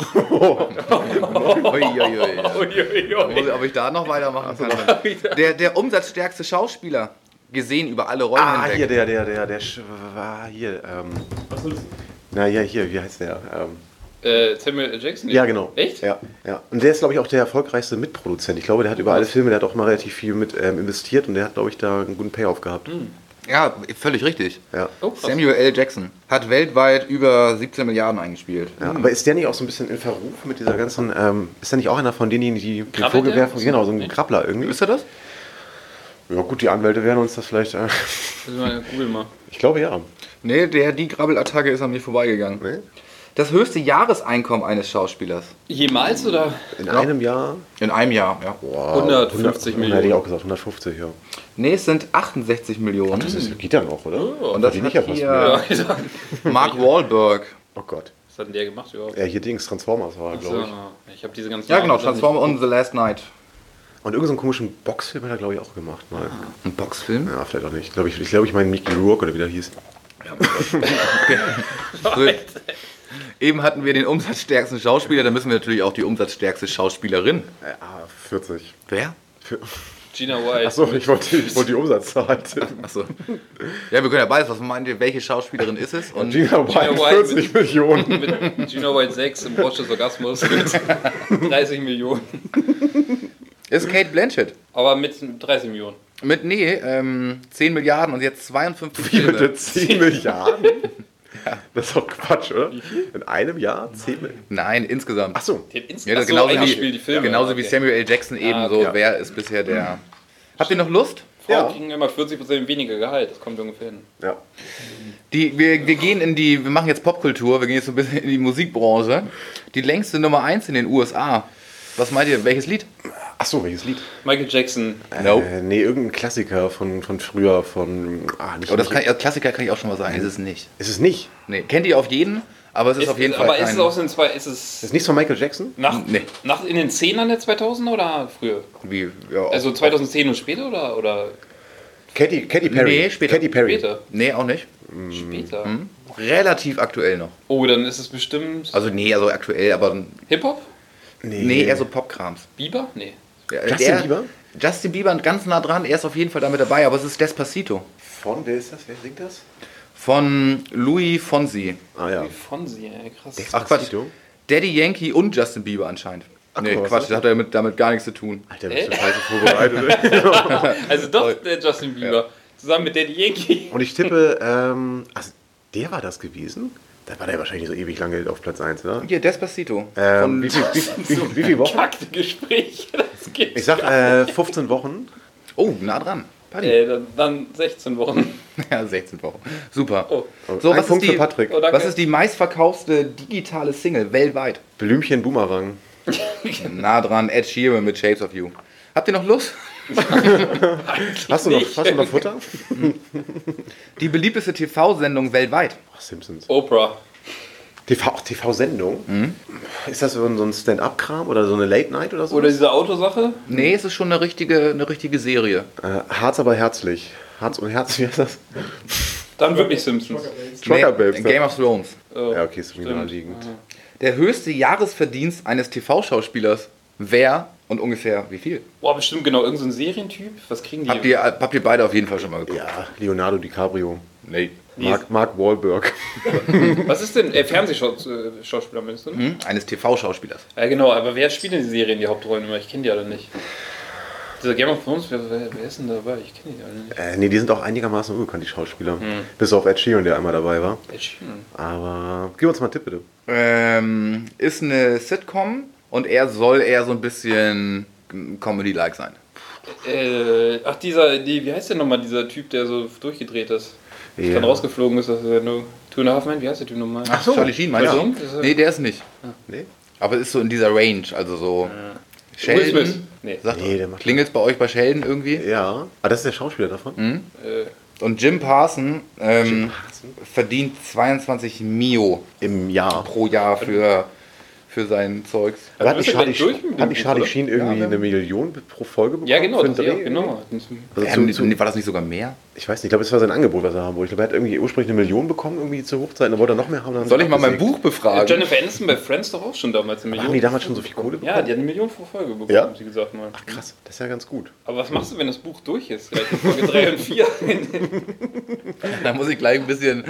Uiuiui. Ob ich da noch weitermachen kann? Der umsatzstärkste Schauspieler, gesehen über alle Rollen Ah, hinweg. hier, hier, Was soll das? na ja, hier, wie heißt der? Samuel L. Jackson? Ja, genau. Echt? Ja, ja. Und der ist, glaube ich, auch der erfolgreichste Mitproduzent. Ich glaube, der hat über alle Filme, der hat auch mal relativ viel mit investiert und der hat, glaube ich, da einen guten Payoff gehabt. Ja, völlig richtig. Ja. Oh, krass. Samuel L. Jackson hat weltweit über 17 Milliarden eingespielt. Ja, aber ist der nicht auch so ein bisschen in Verruf mit dieser ganzen, ist der nicht auch einer von denjenigen, die Krabbelt vorgewerfen, der? genau, so ein Nee. Krabbler irgendwie? Wisst ihr das? Ja gut, die Anwälte werden uns das vielleicht, Google mal. ich glaube ja. Nee, die Grabbelattacke ist an mir vorbeigegangen. Nee? Das höchste Jahreseinkommen eines Schauspielers. Jemals oder? In einem Jahr? In einem Jahr, ja. Wow, 150 Millionen. Hätte ich auch gesagt, 150, ja. Nee, es sind 68 Millionen. Das geht ja noch, oder? Und das Verdiene hat ich ja fast hier mehr. Mark Wahlberg. Oh Gott. Was hat denn der gemacht überhaupt? Ja, hier Dings, Transformers war er, So, glaube ich. ich habe diese ganzen. Ja, genau, Namen Transformer und The Last Night. Und irgendeinen so einen komischen Boxfilm hat er, glaube ich, auch gemacht mal. Ein Boxfilm? Ja, vielleicht auch nicht. Ich glaube, ich meine Mickey Rourke oder wie der hieß. So, eben hatten wir den umsatzstärksten Schauspieler, da müssen wir natürlich auch die umsatzstärkste Schauspielerin. 40. Wer? Gina White. Achso, ich wollte die Umsatzzahl. Achso. Ja, wir können ja beides. Was meint ihr, welche Schauspielerin ist es? Und Gina White, White 40 Millionen. Mit Gina White 6 im Rausch des Orgasmus mit 30 Millionen. ist Kate Blanchett. Aber mit 30 Millionen. Mit, 10 Milliarden und jetzt 52 Wie Filme. bitte 10 Milliarden? Das ist doch Quatsch, oder? In einem Jahr 10 Milliarden? Nein, insgesamt. Achso. Die hat Insta- Ja, das Ach so, genauso, eingespielt, die wie, Filme. genauso wie Okay. Samuel L. Jackson ebenso. okay. Wer ist bisher der... Habt ihr noch Lust? Frauen Ja. kriegen immer 40% weniger Gehalt. Das kommt ungefähr hin. Ja. Wir gehen wir machen jetzt Popkultur, wir gehen jetzt so ein bisschen in die Musikbranche. Die längste Nummer 1 in den USA. Was meint ihr, welches Lied? Achso, welches Lied? Michael Jackson. Nope. Nee, irgendein Klassiker von früher, nicht, Oh, als Klassiker kann ich auch schon mal sagen, ist es nicht. Ist es nicht? Nee, kennt ihr auf jeden, aber es ist auf jeden Fall aber ist kein... es aus den zwei. Ist Ist es nichts von Michael Jackson? Nee. in den 10ern der 2000er oder früher? Wie, ja, Also 2010 und später oder Katy Perry. Nee, später. Katy Perry. später? Nee, auch nicht. Später. Relativ aktuell noch. Oh, dann ist es bestimmt Also also aktuell, aber Hip-Hop? nee, eher so Popkrams. Bieber? Nee. Ja, Justin Bieber? Justin Bieber ganz nah dran, er ist auf jeden Fall damit dabei, aber es ist Despacito. Wer ist das? Wer singt das? Von Louis Fonsi. Ah ja. Wie von sie, ey, krass. Ach Quatsch, Despacito? Daddy Yankee und Justin Bieber anscheinend. Nee, guck mal, was Quatsch, ist das hat damit gar nichts zu tun. Alter, bist du scheiße vorbereitet. Also doch der Justin Bieber. Zusammen mit Daddy Yankee. Und ich tippe, also der war das gewesen? Da war der wahrscheinlich nicht so ewig lange auf Platz 1, oder? Hier, Despacito. Wie viele Wochen? Kackte Gespräche. Das geht. Ich sag 15 Wochen. Oh, nah dran. Paddy. Dann 16 Wochen. Ja, 16 Wochen. Super. Oh. So, Ein Punkt für Patrick. Oh, danke. was ist die meistverkaufte digitale Single weltweit? Blümchen Boomerang. Nah dran, Ed Sheeran mit Shapes of You. Habt ihr noch Lust? Hast du noch Futter? Die beliebteste TV-Sendung weltweit. Ach, Simpsons. Oprah. TV-Sendung? Ist das so ein Stand-up-Kram oder so eine Late-Night oder so? Oder diese Autosache. Nee, es ist schon eine richtige Serie. Harz aber herzlich. Harz und Herz, wie heißt das? Dann wirklich Simpsons. Trucker Babes. Game of Thrones. Oh, Ja, okay, ist schon stimmt. naheliegend. Der höchste Jahresverdienst eines TV-Schauspielers. Wer und ungefähr wie viel? Boah, bestimmt genau. Irgend so ein Serientyp. Was kriegen die? Habt ihr beide auf jeden Fall schon mal geguckt? Ja, Leonardo DiCaprio. Nee. Mark Wahlberg. Was ist denn? Fernsehschauspieler meinst du? Ne? Eines TV-Schauspielers. Ja, genau. Aber wer spielt in die Serien die Hauptrollen immer? Ich kenne die alle nicht. Dieser Game of Thrones, wer ist denn dabei? Ich kenne die alle nicht. Nee, die sind auch einigermaßen unbekannt, die Schauspieler. Bis auf Ed Sheeran, der einmal dabei war. Ed Sheeran. Aber gib uns mal einen Tipp, bitte. Ist eine Sitcom und er soll eher so ein bisschen Comedy-like sein. Ach, wie heißt der nochmal, dieser Typ, der so durchgedreht ist? Ja. Dann rausgeflogen ist, dass er nur Two and a Half Men, wie heißt der Typ nochmal? Ach so. Charlie Sheen, meinst Ja. du? Nee, der ist nicht. Nee? Aber ist so in dieser Range, also so Will Smith. Sheldon. Nee. Sagt, Nee, der macht- klingelt's bei euch bei Sheldon irgendwie? Ja. Ah, das ist der Schauspieler davon? Und Jim Parson verdient 22 Mio Im Jahr. pro Jahr für sein Zeugs. Aber hat bist nicht du gleich durch mit dem Charlie Buch, oder? Sheen irgendwie Ja, eine Million pro Folge bekommen? Ja, genau, für das den Dreh? genau. Also War das nicht sogar mehr? ich weiß nicht, ich glaube, es war sein Angebot, was er haben wollte. Ich glaube, er hat irgendwie ursprünglich 1 Million bekommen, irgendwie zur Hochzeit, und dann wollte er noch mehr haben. Dann Soll ich mal mein abgesägt. Buch befragen? Jennifer Aniston bei Friends doch auch schon damals eine Haben Million. die damals schon so viel Kohle bekommen? Ja, die hat 1 Million pro Folge bekommen, Ja? haben sie gesagt mal. Krass, das ist ja ganz gut. Aber was machst du, wenn das Buch durch ist? Vielleicht in Folge 3 und 4. Da muss ich gleich ein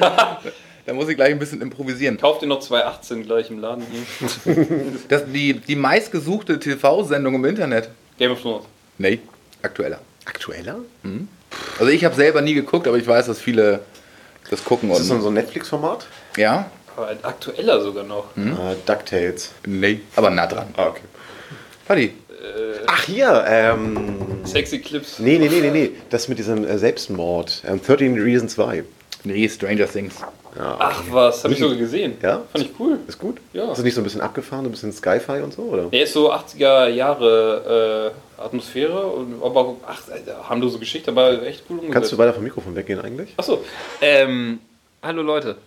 bisschen improvisieren. Kauf dir noch 2,18 gleich im Laden hier. Die meistgesuchte TV-Sendung im Internet. Game of Thrones. Nee, aktueller. Aktueller? Also ich habe selber nie geguckt, aber ich weiß, dass viele das gucken. Ist das Und, so ein Netflix-Format? ja? Aber aktueller sogar noch. DuckTales. Nee, aber nah dran. Ah, okay. Paddy, Ach, hier, Sexy Clips. Nee. Das mit diesem Selbstmord. 13 Reasons Why. nee, Stranger Things. Ach was, hab ich sogar gesehen. Ja? Fand ich cool. Ist gut? Ja. Ist das nicht so ein bisschen abgefahren, so ein bisschen Sci-Fi und so, oder? Der ist so 80er Jahre Atmosphäre, und aber harmlose Geschichte, aber echt cool umgesetzt. Kannst du weiter vom Mikrofon weggehen eigentlich? Achso, hallo Leute.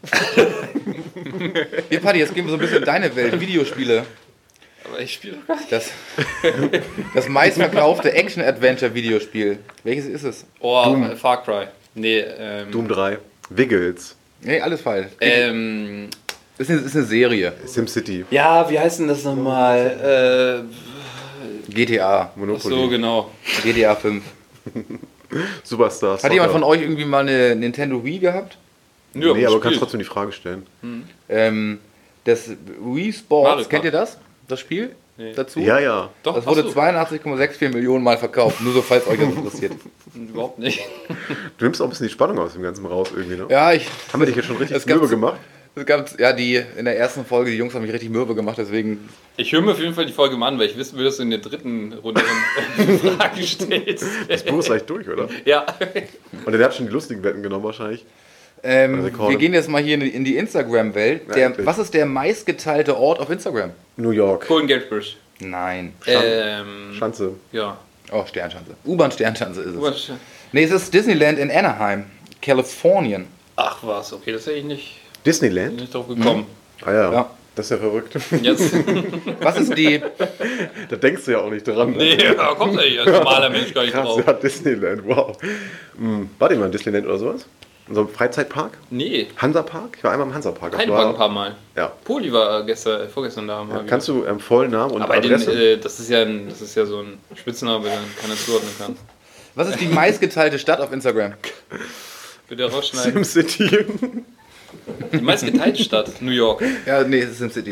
Hier, Paddy, jetzt gehen wir so ein bisschen in deine Welt. Videospiele. Aber ich spiele doch gar nicht. Das meistverkaufte Action-Adventure-Videospiel. Welches ist es? Oh, Far Cry. Nee, Doom 3. Wiggles. Nee, alles falsch. Ist eine Serie. SimCity. ja, wie heißt denn das nochmal? GTA. Monopoly. So, genau. GTA 5. Superstars. Hat jemand von euch irgendwie mal eine Nintendo Wii gehabt? Nö, Nee, aber du kannst gespielt. trotzdem die Frage stellen. Das Wii Sports, Mario Kart. kennt ihr das? Das Spiel? Nee. Dazu? Ja, ja. Doch, Das wurde hast 82,64 Millionen Mal verkauft. Nur so, falls euch das interessiert. du? Überhaupt nicht. Du nimmst auch ein bisschen die Spannung aus dem Ganzen raus irgendwie, ne? Ja, Haben wir dich jetzt schon richtig Es gab's- mürbe gemacht? es gab, ja, in der ersten Folge, die Jungs haben mich richtig mürbe gemacht, deswegen. Ich höre mir auf jeden Fall die Folge mal an, weil ich wissen will, dass du in der dritten Runde Fragen stellst. Das Buch ist gleich durch, oder? Ja. Und der hat schon die lustigen Wetten genommen wahrscheinlich. Rekorde. Wir gehen jetzt mal hier in die Instagram-Welt. Ja, endlich. Was ist der meistgeteilte Ort auf Instagram? New York. Golden Gate Bridge. Nein. Schanze. Ja. Oh, Sternschanze. U-Bahn-Sternschanze ist es. Was? Nee, es ist Disneyland in Anaheim, Kalifornien. Ach was, okay, das hätte ich Disneyland? nicht drauf gekommen. Ah ja. Ja. Das ist ja verrückt. Jetzt? Was ist die. Da denkst du ja auch nicht dran. Nee, da kommt ja als normaler Mensch gar nicht Krass, drauf. ja, Disneyland, wow. Wart ihr mal in Disneyland oder sowas? Unser Freizeitpark? Nee, Hansapark? Ich war einmal im Hansapark. Das Heidepark war- ein paar Mal. Ja. Poli war vorgestern da. Ja, kannst du vollen Namen und aber Adresse? das ist ja so ein Spitzname, den keiner zuordnen kann. Was ist die meistgeteilte Stadt auf Instagram? Bitte rausschneiden. SimCity. Die meistgeteilte Stadt, New York. Ja, nee, es ist SimCity.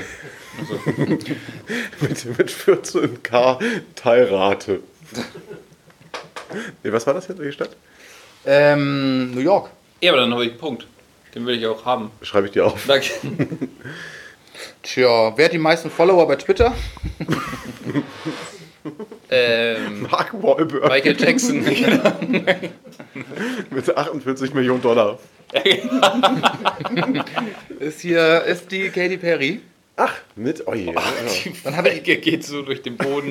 mit 14k Teilrate. Nee, was war das jetzt? Welche Stadt? New York. Ja, aber dann habe ich einen Punkt. Den will ich auch haben. Schreibe ich dir auf. Danke. Tja, wer hat die meisten Follower bei Twitter? Mark Wahlberg Michael Jackson. mit 48 Millionen $. Ist die Katy Perry. Ach, mit? Oh je. Dann habe ich geht so durch den Boden.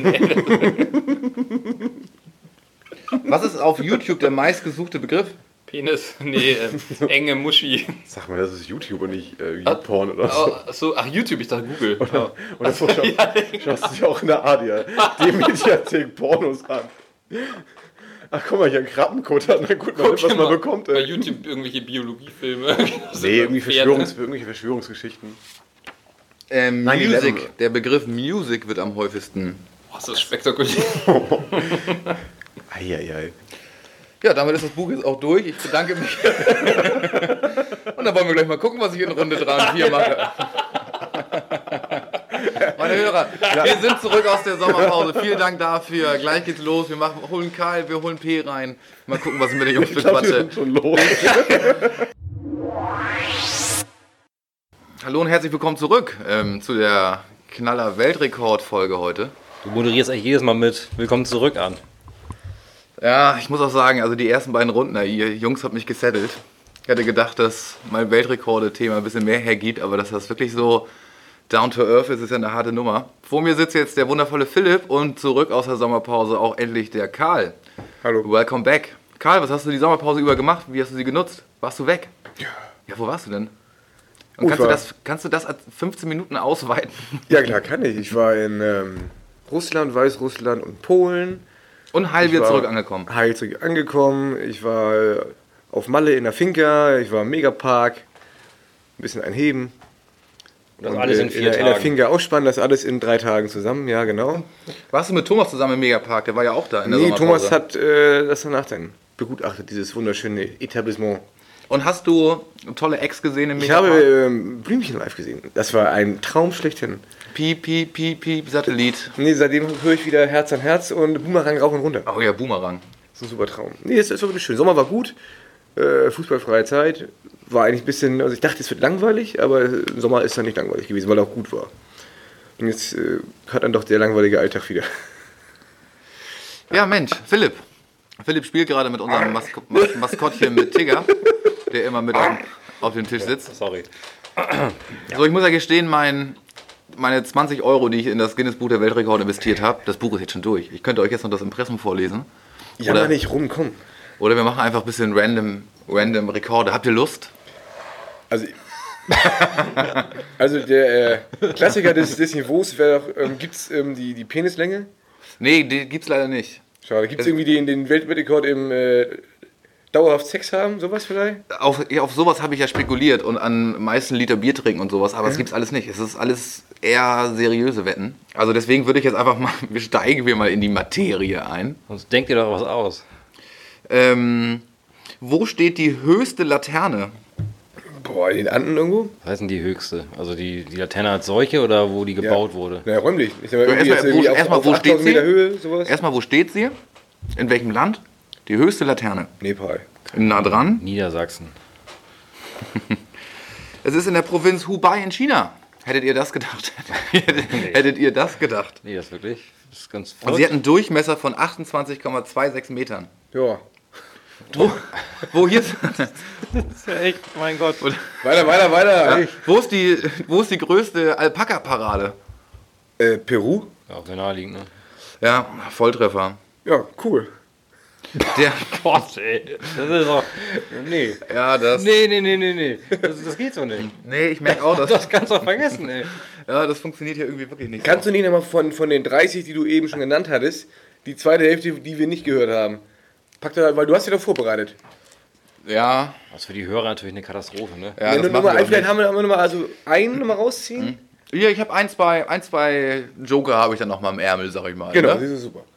Was ist auf YouTube der meistgesuchte Begriff? Penis, nee, enge Muschi. Sag mal, das ist YouTube und nicht YouPorn oder so. Ach, YouTube, ich dachte Google. Oder so schaust du dich auch in der AD-Mediathek Pornos an. Ach, guck mal, hier ein Krabbenkutter. Na gut, mal, was man bekommt. Bei YouTube irgendwelche Biologiefilme. Nee, irgendwelche Verschwörungsgeschichten. Music. Der Begriff Music wird am häufigsten. Boah, ist das spektakulär. Eieiei. Ja, damit ist das Buch jetzt auch durch. Ich bedanke mich. Und dann wollen wir gleich mal gucken, was ich in Runde 3 und 4 mache. Meine Hörer, wir sind zurück aus der Sommerpause. Vielen Dank dafür. Gleich geht's los. Wir holen Karl, wir holen P rein. Mal gucken, was ich mit den Jungs Ich glaube, wir bequatsche. sind schon los. Hallo und herzlich willkommen zurück zu der Knaller-Weltrekord-Folge heute. Du moderierst eigentlich jedes Mal mit Willkommen zurück an. Ja, ich muss auch sagen, also die ersten beiden Runden, ihr Jungs habt mich gesettelt. Ich hätte gedacht, dass mein Weltrekorde-Thema ein bisschen mehr hergibt, aber dass das wirklich so down to earth ist, ist ja eine harte Nummer. Vor mir sitzt jetzt der wundervolle Philipp und zurück aus der Sommerpause auch endlich der Karl. Hallo. Welcome back. Karl, was hast du die Sommerpause über gemacht? Wie hast du sie genutzt? Warst du weg? Ja, wo warst du denn? Und kannst du das als 15 Minuten ausweiten? Ja klar, kann ich. Ich war in Russland, Weißrussland und Polen. Und heil Ich wieder war zurück angekommen. Heil zurück angekommen. Ich war auf Malle in der Finca. Ich war im Megapark. Ein bisschen einheben. Das Und, alles in 4 in der Tagen. Finca ausspannen. Das alles in 3 Tagen zusammen. Ja, genau. Warst du mit Thomas zusammen im Megapark? Der war ja auch da in der Nee, Sommerpause. Thomas hat das danach dann begutachtet, dieses wunderschöne Etablissement. Und hast du tolle Ex gesehen im Ich Megapark? habe Blümchen live gesehen. Das war ein Traum schlechthin. Piep, piep, piep, piep, Satellit. Nee, seitdem höre ich wieder Herz an Herz und Boomerang rauf und runter. Oh ja, Boomerang. Das ist ein super Traum. Nee, es ist wirklich schön. Sommer war gut. Fußballfreie Zeit. War eigentlich ein bisschen, also ich dachte, es wird langweilig, aber im Sommer ist dann nicht langweilig gewesen, weil er auch gut war. Und jetzt hat dann doch der langweilige Alltag wieder. Ja, Mensch, Philipp. Philipp spielt gerade mit unserem Maskottchen mit Tigger, der immer mit auf dem Tisch sitzt. Sorry. So, ich muss ja gestehen, meine 20 Euro, die ich in das Guinness Buch der Weltrekorde investiert habe, das Buch ist jetzt schon durch. Ich könnte euch jetzt noch das Impressum vorlesen. Ja, Oder- mal nicht rum, komm. Oder wir machen einfach ein bisschen random Rekorde. Habt ihr Lust? Also, also der Klassiker des Niveaus wäre doch, gibt es die Penislänge? Nee, die gibt's leider nicht. Schade, gibt es irgendwie den Weltrekord im dauerhaft Sex haben, sowas vielleicht? Auf sowas habe ich ja spekuliert und an meisten Liter Bier trinken und sowas, aber es gibt's alles nicht. Es ist alles eher seriöse Wetten. Also deswegen würde ich jetzt einfach mal, steigen wir mal in die Materie ein. Sonst denkt ihr doch was aus. Wo steht die höchste Laterne? Boah, in den Anden irgendwo? Was heißt denn die höchste? Also die Laterne als solche oder wo die gebaut wurde? Na, räumlich. Ich sag mal, Ja, erstmal, wo steht 8000 sie? Meter Höhe, sowas? Erstmal, wo steht sie? In welchem Land? Die höchste Laterne. Nepal. Nah dran. Niedersachsen. Es ist in der Provinz Hubei in China. Hättet ihr das gedacht? Hättet ihr das gedacht? Nee, das wirklich. Das ist ganz Und sie hat einen Durchmesser von 28,26 Metern. Ja. Wo hier? echt, mein Gott. Weiter. Wo ist die größte Alpaka-Parade? Peru? Ja, auch sehr naheliegend, ne? Ja, Volltreffer. Ja, cool. Der, Gott, ey. Das ist doch. Nee. ja, das. Nee. Das geht so nicht. Nee, ich merke auch, Das kannst du doch vergessen, ey. ja, das funktioniert hier irgendwie wirklich nicht. Kannst du nicht nochmal von den 30, die du eben schon genannt hattest, die zweite Hälfte, die wir nicht gehört haben? Pack da, weil du hast ja doch vorbereitet. Ja, Das ist für die Hörer natürlich eine Katastrophe, ne? ja, Wenn das du machen Nummer wir ein, auch vielleicht nicht. haben wir noch mal also einen noch mal rausziehen. Hier, ich habe ein, zwei Joker habe ich dann noch mal im Ärmel, sag ich mal. Genau, Ne? das ist super.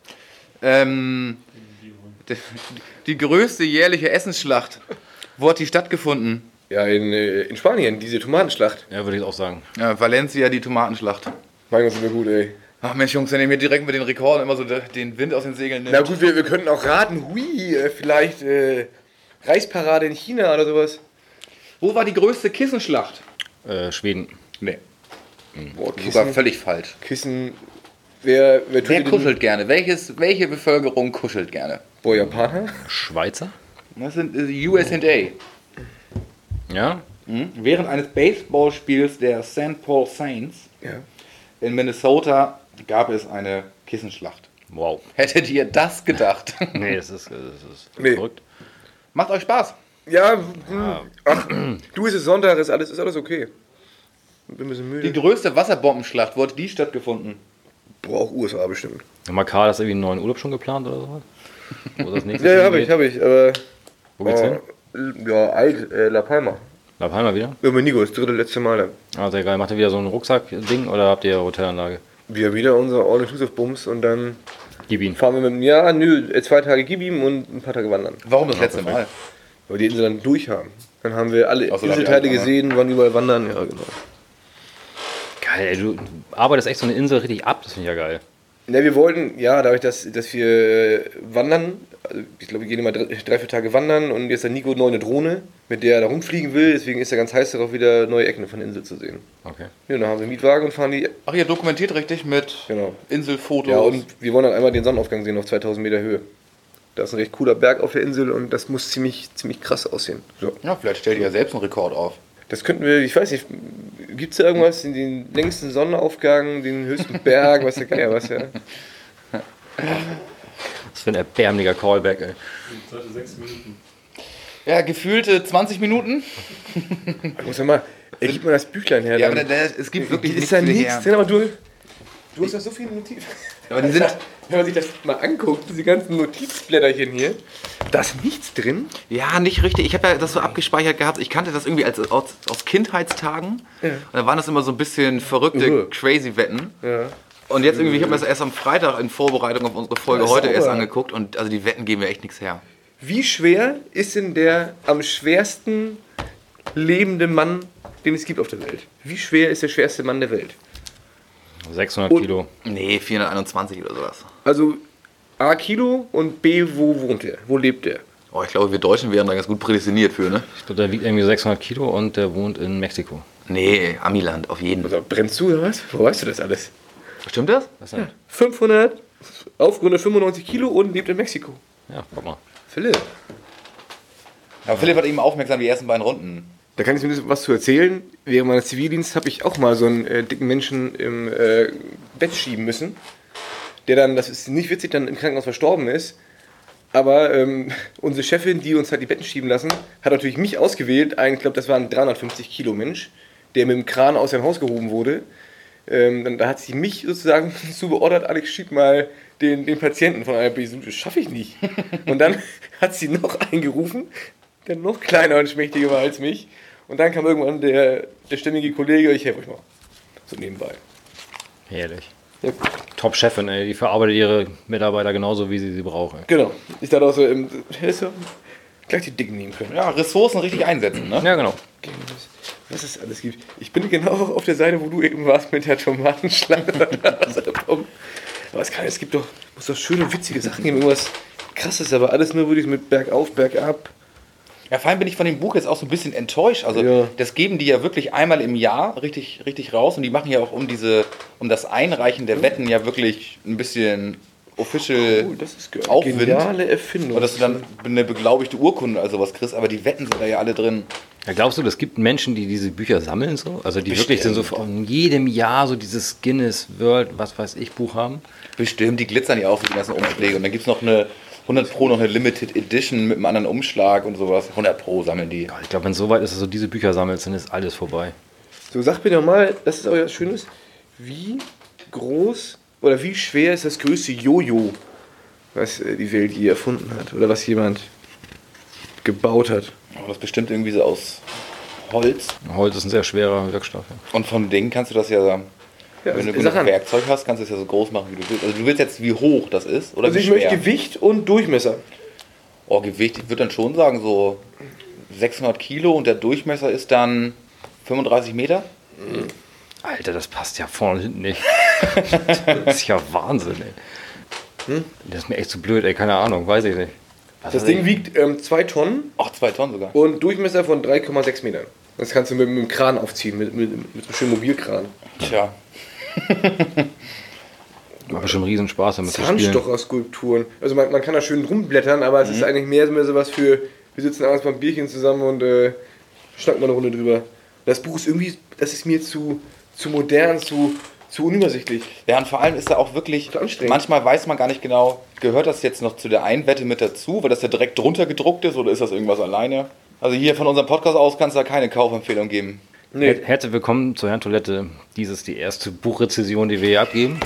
Die größte jährliche Essensschlacht, wo hat die stattgefunden? Ja, in Spanien, diese Tomatenschlacht. Ja, würde ich auch sagen. Valencia, die Tomatenschlacht. Mein Gott, sind wir gut, ey. Ach Mensch, Jungs, wenn ihr mir direkt mit den Rekorden immer so den Wind aus den Segeln nimmt. Na gut, wir könnten auch raten, vielleicht Reisparade in China oder sowas. Wo war die größte Kissenschlacht? Schweden. Nee, Boah, sogar völlig falsch. Kissen. Wer tut Wer denn- kuschelt gerne? Welche Bevölkerung kuschelt gerne? Boah, Japaner? Schweizer? Das sind USA. Ja? Während eines Baseballspiels der St. Paul Saints Ja. in Minnesota gab es eine Kissenschlacht. Wow. Hättet ihr das gedacht? Nee, das ist Nee. verrückt. Macht euch Spaß. Ja, ach, du, ist es Sonntag, ist alles okay. Bin ein bisschen Die müde. größte Wasserbombenschlacht, wo hat die stattgefunden? Boah, auch USA bestimmt. Hat mal Karl das irgendwie einen neuen Urlaub schon geplant oder so? Wo das nächste Ja, hingeht? hab ich, aber... Wo geht's hin? Ja, alt, La Palma. La Palma wieder? Ja, mit Nico, das letzte Mal dann. Ah, sehr geil. Macht ihr wieder so ein Rucksack-Ding oder habt ihr Hotelanlage? Wir wieder unser All-Inclusive-Bums und dann Gib ihn. fahren wir mit dem... Ja, 2 Tage gib ihm und ein paar Tage wandern. Warum das letzte Mal? Weil wir die Insel dann durch haben. Dann haben wir alle Ach so, dann Inselteile die anderen. gesehen, waren überall wandern. Ja, genau. Geil, ey, du arbeitest echt so eine Insel richtig ab. Das finde ich ja geil. Ne, wir wollten, ja, dadurch, dass wir wandern, also ich glaube, wir gehen immer 3-4 Tage wandern und jetzt hat Nico neu eine Drohne, mit der er da rumfliegen will, deswegen ist er ganz heiß darauf, wieder neue Ecken von der Insel zu sehen. Okay. Ja, dann haben wir einen Mietwagen und fahren die, Ach, ihr dokumentiert richtig mit genau. Inselfotos. Ja, und wir wollen dann einmal den Sonnenaufgang sehen auf 2000 Meter Höhe. Da ist ein recht cooler Berg auf der Insel und das muss ziemlich krass aussehen. So. Ja, vielleicht stellt ihr ja selbst einen Rekord auf. Das könnten wir, ich weiß nicht, gibt es da irgendwas, den längsten Sonnenaufgang, den höchsten Berg, was der Geier, was ja. Das für ein erbärmlicher Callback, ey. Sollte 6 Minuten. Ja, gefühlte 20 Minuten. Ich muss ja mal, gib mal das Büchlein her. Ja, aber dann. es gibt wirklich ist da viel nichts her. drin, aber du hast da so viele Notizen. Aber die sind, Wenn man sich das mal anguckt, diese ganzen Notizblätterchen hier, da ist nichts drin. ja, nicht richtig. Ich habe ja das so abgespeichert gehabt. Ich kannte das irgendwie aus Kindheitstagen. Ja. Und da waren das immer so ein bisschen verrückte, crazy Wetten. Ja. Und jetzt irgendwie, ich habe mir das erst am Freitag in Vorbereitung auf unsere Folge Ja, ist heute erst sauber. angeguckt. Und also die Wetten geben mir echt nichts her. Wie schwer ist denn der am schwersten lebende Mann, den es gibt auf der Welt? Wie schwer ist der schwerste Mann der Welt? 600 Und- Kilo. Nee, 421 oder sowas. Also A Kilo und B, wo wohnt er? Wo lebt er? Oh, ich glaube, wir Deutschen wären da ganz gut prädestiniert für, ne? Ich glaube, der wiegt irgendwie 600 Kilo und der wohnt in Mexiko. Nee, Amiland, auf jeden Fall. Also, brennst du oder was? Wo weißt du das alles? Stimmt das? Was denn? 500, aufgerundet 95 Kilo und lebt in Mexiko. Ja, guck mal. Philipp. Aber Philipp hat eben aufmerksam die ersten beiden Runden. Da kann ich zumindest was zu erzählen. Während meines Zivildienstes habe ich auch mal so einen dicken Menschen im Bett schieben müssen, der dann, das ist nicht witzig, dann im Krankenhaus verstorben ist. Aber unsere Chefin, die uns halt die Betten schieben lassen, hat natürlich mich ausgewählt. Ich glaube, das war ein 350 Kilo Mensch, der mit dem Kran aus seinem Haus gehoben wurde. Da hat sie mich sozusagen zu beordert, Alex, schieb mal den Patienten von einer BSU. Das schaffe ich nicht. Und dann hat sie noch einen gerufen, der noch kleiner und schmächtiger war als mich. Und dann kam irgendwann der ständige Kollege, ich helfe euch mal. So nebenbei. Herrlich. Ja, Top-Chefin, ey. Die verarbeitet ihre Mitarbeiter genauso, wie sie brauchen. genau. Ich dachte auch so, hättest du gleich die Dicken nehmen können. Ja, Ressourcen richtig einsetzen, ne? Ja, genau. Was es alles gibt. Ich bin genau auf der Seite, wo du eben warst mit der Tomatenschlange. Aber es gibt doch, muss doch schöne, witzige Sachen geben. Irgendwas Krasses, aber alles nur wirklich mit bergauf, bergab. Ja, vor allem bin ich von dem Buch jetzt auch so ein bisschen enttäuscht. Also, Ja. das geben die ja wirklich einmal im Jahr richtig raus. Und die machen ja auch um das Einreichen der Wetten ja wirklich ein bisschen official Das ist geil. Aufwind. Geniale Erfindung. Und dass du dann eine beglaubigte Urkunde also was kriegst. Aber die Wetten sind da ja alle drin. Ja, glaubst du, es gibt Menschen, die diese Bücher sammeln so? Also die wirklich sind so in jedem Jahr so dieses Guinness World, was weiß ich, Buch haben? Bestimmt, die glitzern ja auch für die ganzen Umschläge. Und dann gibt es noch eine 100 Pro, noch eine Limited Edition mit einem anderen Umschlag und sowas. 100 Pro sammeln die. Ich glaube, wenn es so weit ist, dass du diese Bücher sammelst, dann ist alles vorbei. So, sag mir doch mal, das ist aber was Schönes, wie groß oder wie schwer ist das größte Jojo, was die Welt je erfunden hat? Oder was jemand gebaut hat. Aber das ist bestimmt irgendwie so aus Holz. Holz ist ein sehr schwerer Wirkstoff. Ja. Und von Ding kannst du das ja, wenn du genug Sachen. Werkzeug hast, kannst du es ja so groß machen, wie du willst. Also du willst jetzt, wie hoch das ist? Oder Also wie ich schwer? möchte Gewicht und Durchmesser. Oh, Gewicht, ich würde dann schon sagen, so 600 Kilo und der Durchmesser ist dann 35 Meter. Alter, das passt ja vorne und hinten nicht. Das ist ja Wahnsinn, ey. Das ist mir echt zu blöd, ey. Keine Ahnung, weiß ich nicht. Was Das weiß Ding ich? wiegt 2 Tonnen Ach, 2 Tonnen sogar. und Durchmesser von 3,6 Metern. Das kannst du mit dem Kran aufziehen, mit so einem schönen Mobilkran. Tja, Macht bestimmt riesen Spaß, damit zu spielen. Zahnstocher-Skulpturen. Also man kann da schön rumblättern, aber es ist eigentlich mehr sowas für, wir sitzen abends beim Bierchen zusammen und schnacken mal eine Runde drüber. Das Buch ist irgendwie, das ist mir zu modern, zu unübersichtlich. ja, und vor allem ist da auch wirklich, Zu anstrengend. manchmal weiß man gar nicht genau, gehört das jetzt noch zu der einen Wette mit dazu, weil das ja direkt drunter gedruckt ist oder ist das irgendwas alleine? Also hier von unserem Podcast aus kannst du da keine Kaufempfehlung geben. Nee. Herzlich willkommen zur Herrentoilette. Dies ist die erste Buchrezession, die wir hier abgeben.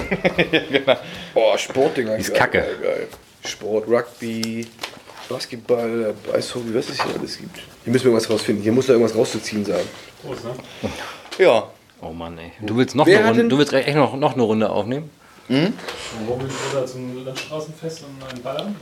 Oh, Sportdinger. ist geil, kacke. Geil, geil. Sport, Rugby, Basketball, Eishockey, was es hier alles gibt. Hier müssen wir irgendwas rausfinden. Hier muss da irgendwas rauszuziehen sein. Prost, ne? Ja, Oh Mann, ey. Du willst noch Wer eine hat Runde, denn- du willst echt noch eine Runde aufnehmen? Warum wir da zum Landstraßenfest und einen Ballern?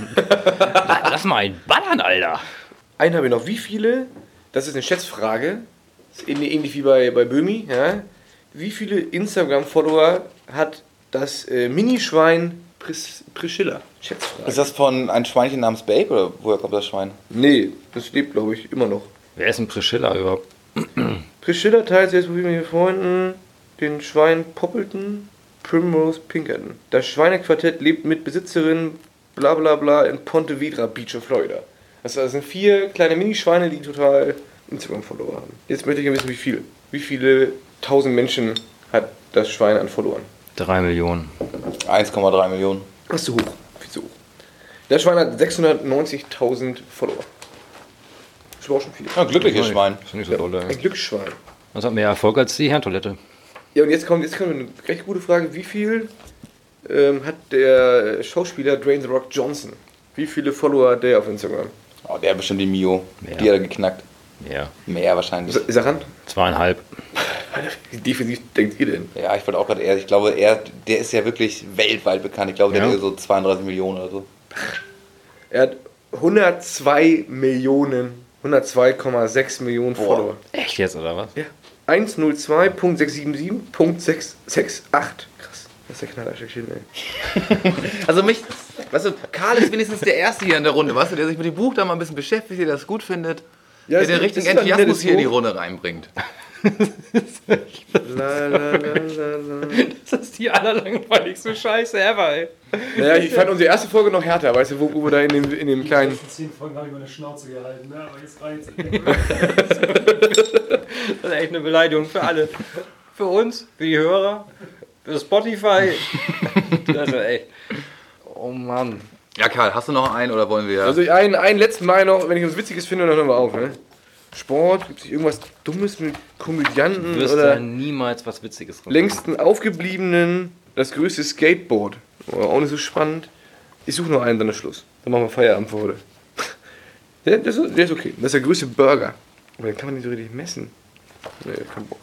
Lass mal einen ballern, Alter. Einen habe ich noch. Wie viele, das ist eine Schätzfrage, das ist ähnlich wie bei Böhmi, ja? Wie viele Instagram-Follower hat das Minischwein Priscilla? Schätzfrage. ist das von einem Schweinchen namens Babe oder woher kommt das Schwein? Nee, das lebt, glaube ich, immer noch. Wer ist ein Priscilla überhaupt? Priscilla teilt selbst mit ihren Freunden den Schwein Poppleton Primrose Pinkerton. Das Schweinequartett lebt mit Besitzerin bla bla bla in Ponte Vedra Beach in Florida. Das sind 4 kleine Minischweine, die total Instagram-Follower haben. Jetzt möchte ich wissen, wie viele. Wie viele 1000 Menschen hat das Schwein an Followern? 3 Millionen. 1,3 Millionen. Das ist zu hoch. Viel zu hoch. Das Schwein hat 690.000 Follower. Das war auch schon viel. Ja, glückliches Schwein. Ist nicht so dolle. Ein Glücksschwein. Das hat mehr Erfolg als die Herrentoilette. Ja, und jetzt kommt eine recht gute Frage. Wie viel hat der Schauspieler Dwayne The Rock Johnson? Wie viele Follower hat der auf Instagram? Oh, der hat bestimmt die Mio. Mehr. Die hat er geknackt. Ja. Mehr wahrscheinlich. Ist er ran? 2,5. Wie defensiv denkt ihr denn? Ja, ich wollte auch gerade eher, ich glaube, der ist ja wirklich weltweit bekannt. Ich glaube, der Ja. hat so 32 Millionen oder so. Er hat 102 Millionen, 102,6 Millionen Boah. Follower. Echt jetzt, oder was? Ja. 102.677.668. Krass. Das ist der Knaller, Stückchen, ey. Also weißt du, Karl ist wenigstens der Erste hier in der Runde, weißt du, der sich mit dem Buch da mal ein bisschen beschäftigt, der das gut findet. Ja, der ist den ein- richtigen ist ein Enthusiasmus nettes hier in die Buch. Runde reinbringt. La, la, la, la, la. Das ist die allerlangweiligste Scheiße ever, ey. Naja, ich fand unsere erste Folge noch härter, weißt du, wo wir da in dem Die kleinen... letzten 10 Folgen habe ich meine Schnauze gehalten, ne? Aber jetzt reicht's. Das ist echt eine Beleidigung für alle. Für uns, für die Hörer, für Spotify. Das ist echt. Oh Mann. Ja, Karl, hast du noch einen oder wollen wir... Also einen letzten Mal noch, wenn ich was Witziges finde, dann hören wir auf, ne? Sport, gibt es irgendwas Dummes mit Komödianten Du wirst oder da niemals was Witziges drauf. längsten aufgebliebenen, das größte Skateboard. Oh, auch nicht so spannend. Ich suche noch einen, dann ist Schluss. Dann machen wir Feierabend für heute. Der ist okay. Das ist der größte Burger. Aber den kann man nicht so richtig messen. Nee, kein Bock.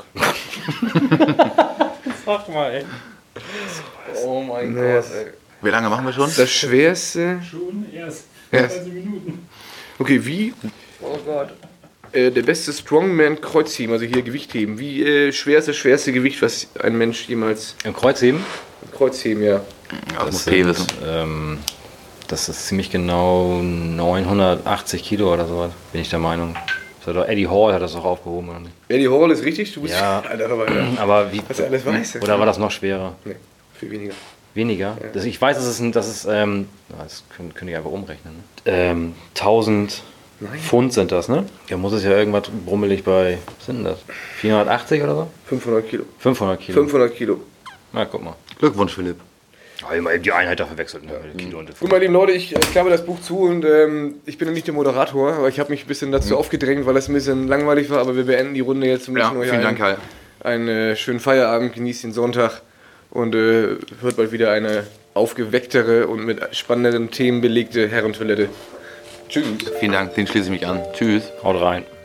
Sag mal, ey. Oh mein Nee, Gott, ey. Wie lange machen wir schon? das schwerste... Schon erst Ja. 20 Minuten. Okay, wie... Oh Gott. Der beste Strongman Kreuzheben, also hier Gewichtheben. Wie schwer ist das schwerste Gewicht, was ein Mensch jemals... Im Kreuzheben? Kreuzheben, ja. Ja, das muss P wissen. Das ist ziemlich genau 980 Kilo oder so, bin ich der Meinung. Das hat doch Eddie Hall hat das auch aufgehoben, oder nicht? Eddie Hall ist richtig, du bist... Ja. Alter, Alter. Aber wie. Was er alles weiß. Oder war das noch schwerer? Nee, viel weniger. Weniger? Das, ich weiß, das können ich einfach umrechnen. Ne? 1000 Nein. Pfund sind das, ne? Ja, muss es ja irgendwas brummelig bei. Was sind denn das? 480 oder so? 500 Kilo. 500 Kilo. 500 Kilo. Na, guck mal. Glückwunsch, Philipp. Aber immer eben die Einheit da verwechselt, ne? Kilo und Gut, meine lieben Leute, ich klappe das Buch zu und ich bin ja nicht der Moderator, aber ich habe mich ein bisschen dazu aufgedrängt, weil das ein bisschen langweilig war, aber wir beenden die Runde jetzt. Ja, vielen Dank, Karl. Einen schönen Feierabend, genießt den Sonntag und hört bald wieder eine aufgewecktere und mit spannenderen Themen belegte Herrentoilette. Tschüss. Vielen Dank, den schließe ich mich an. Tschüss. Haut rein.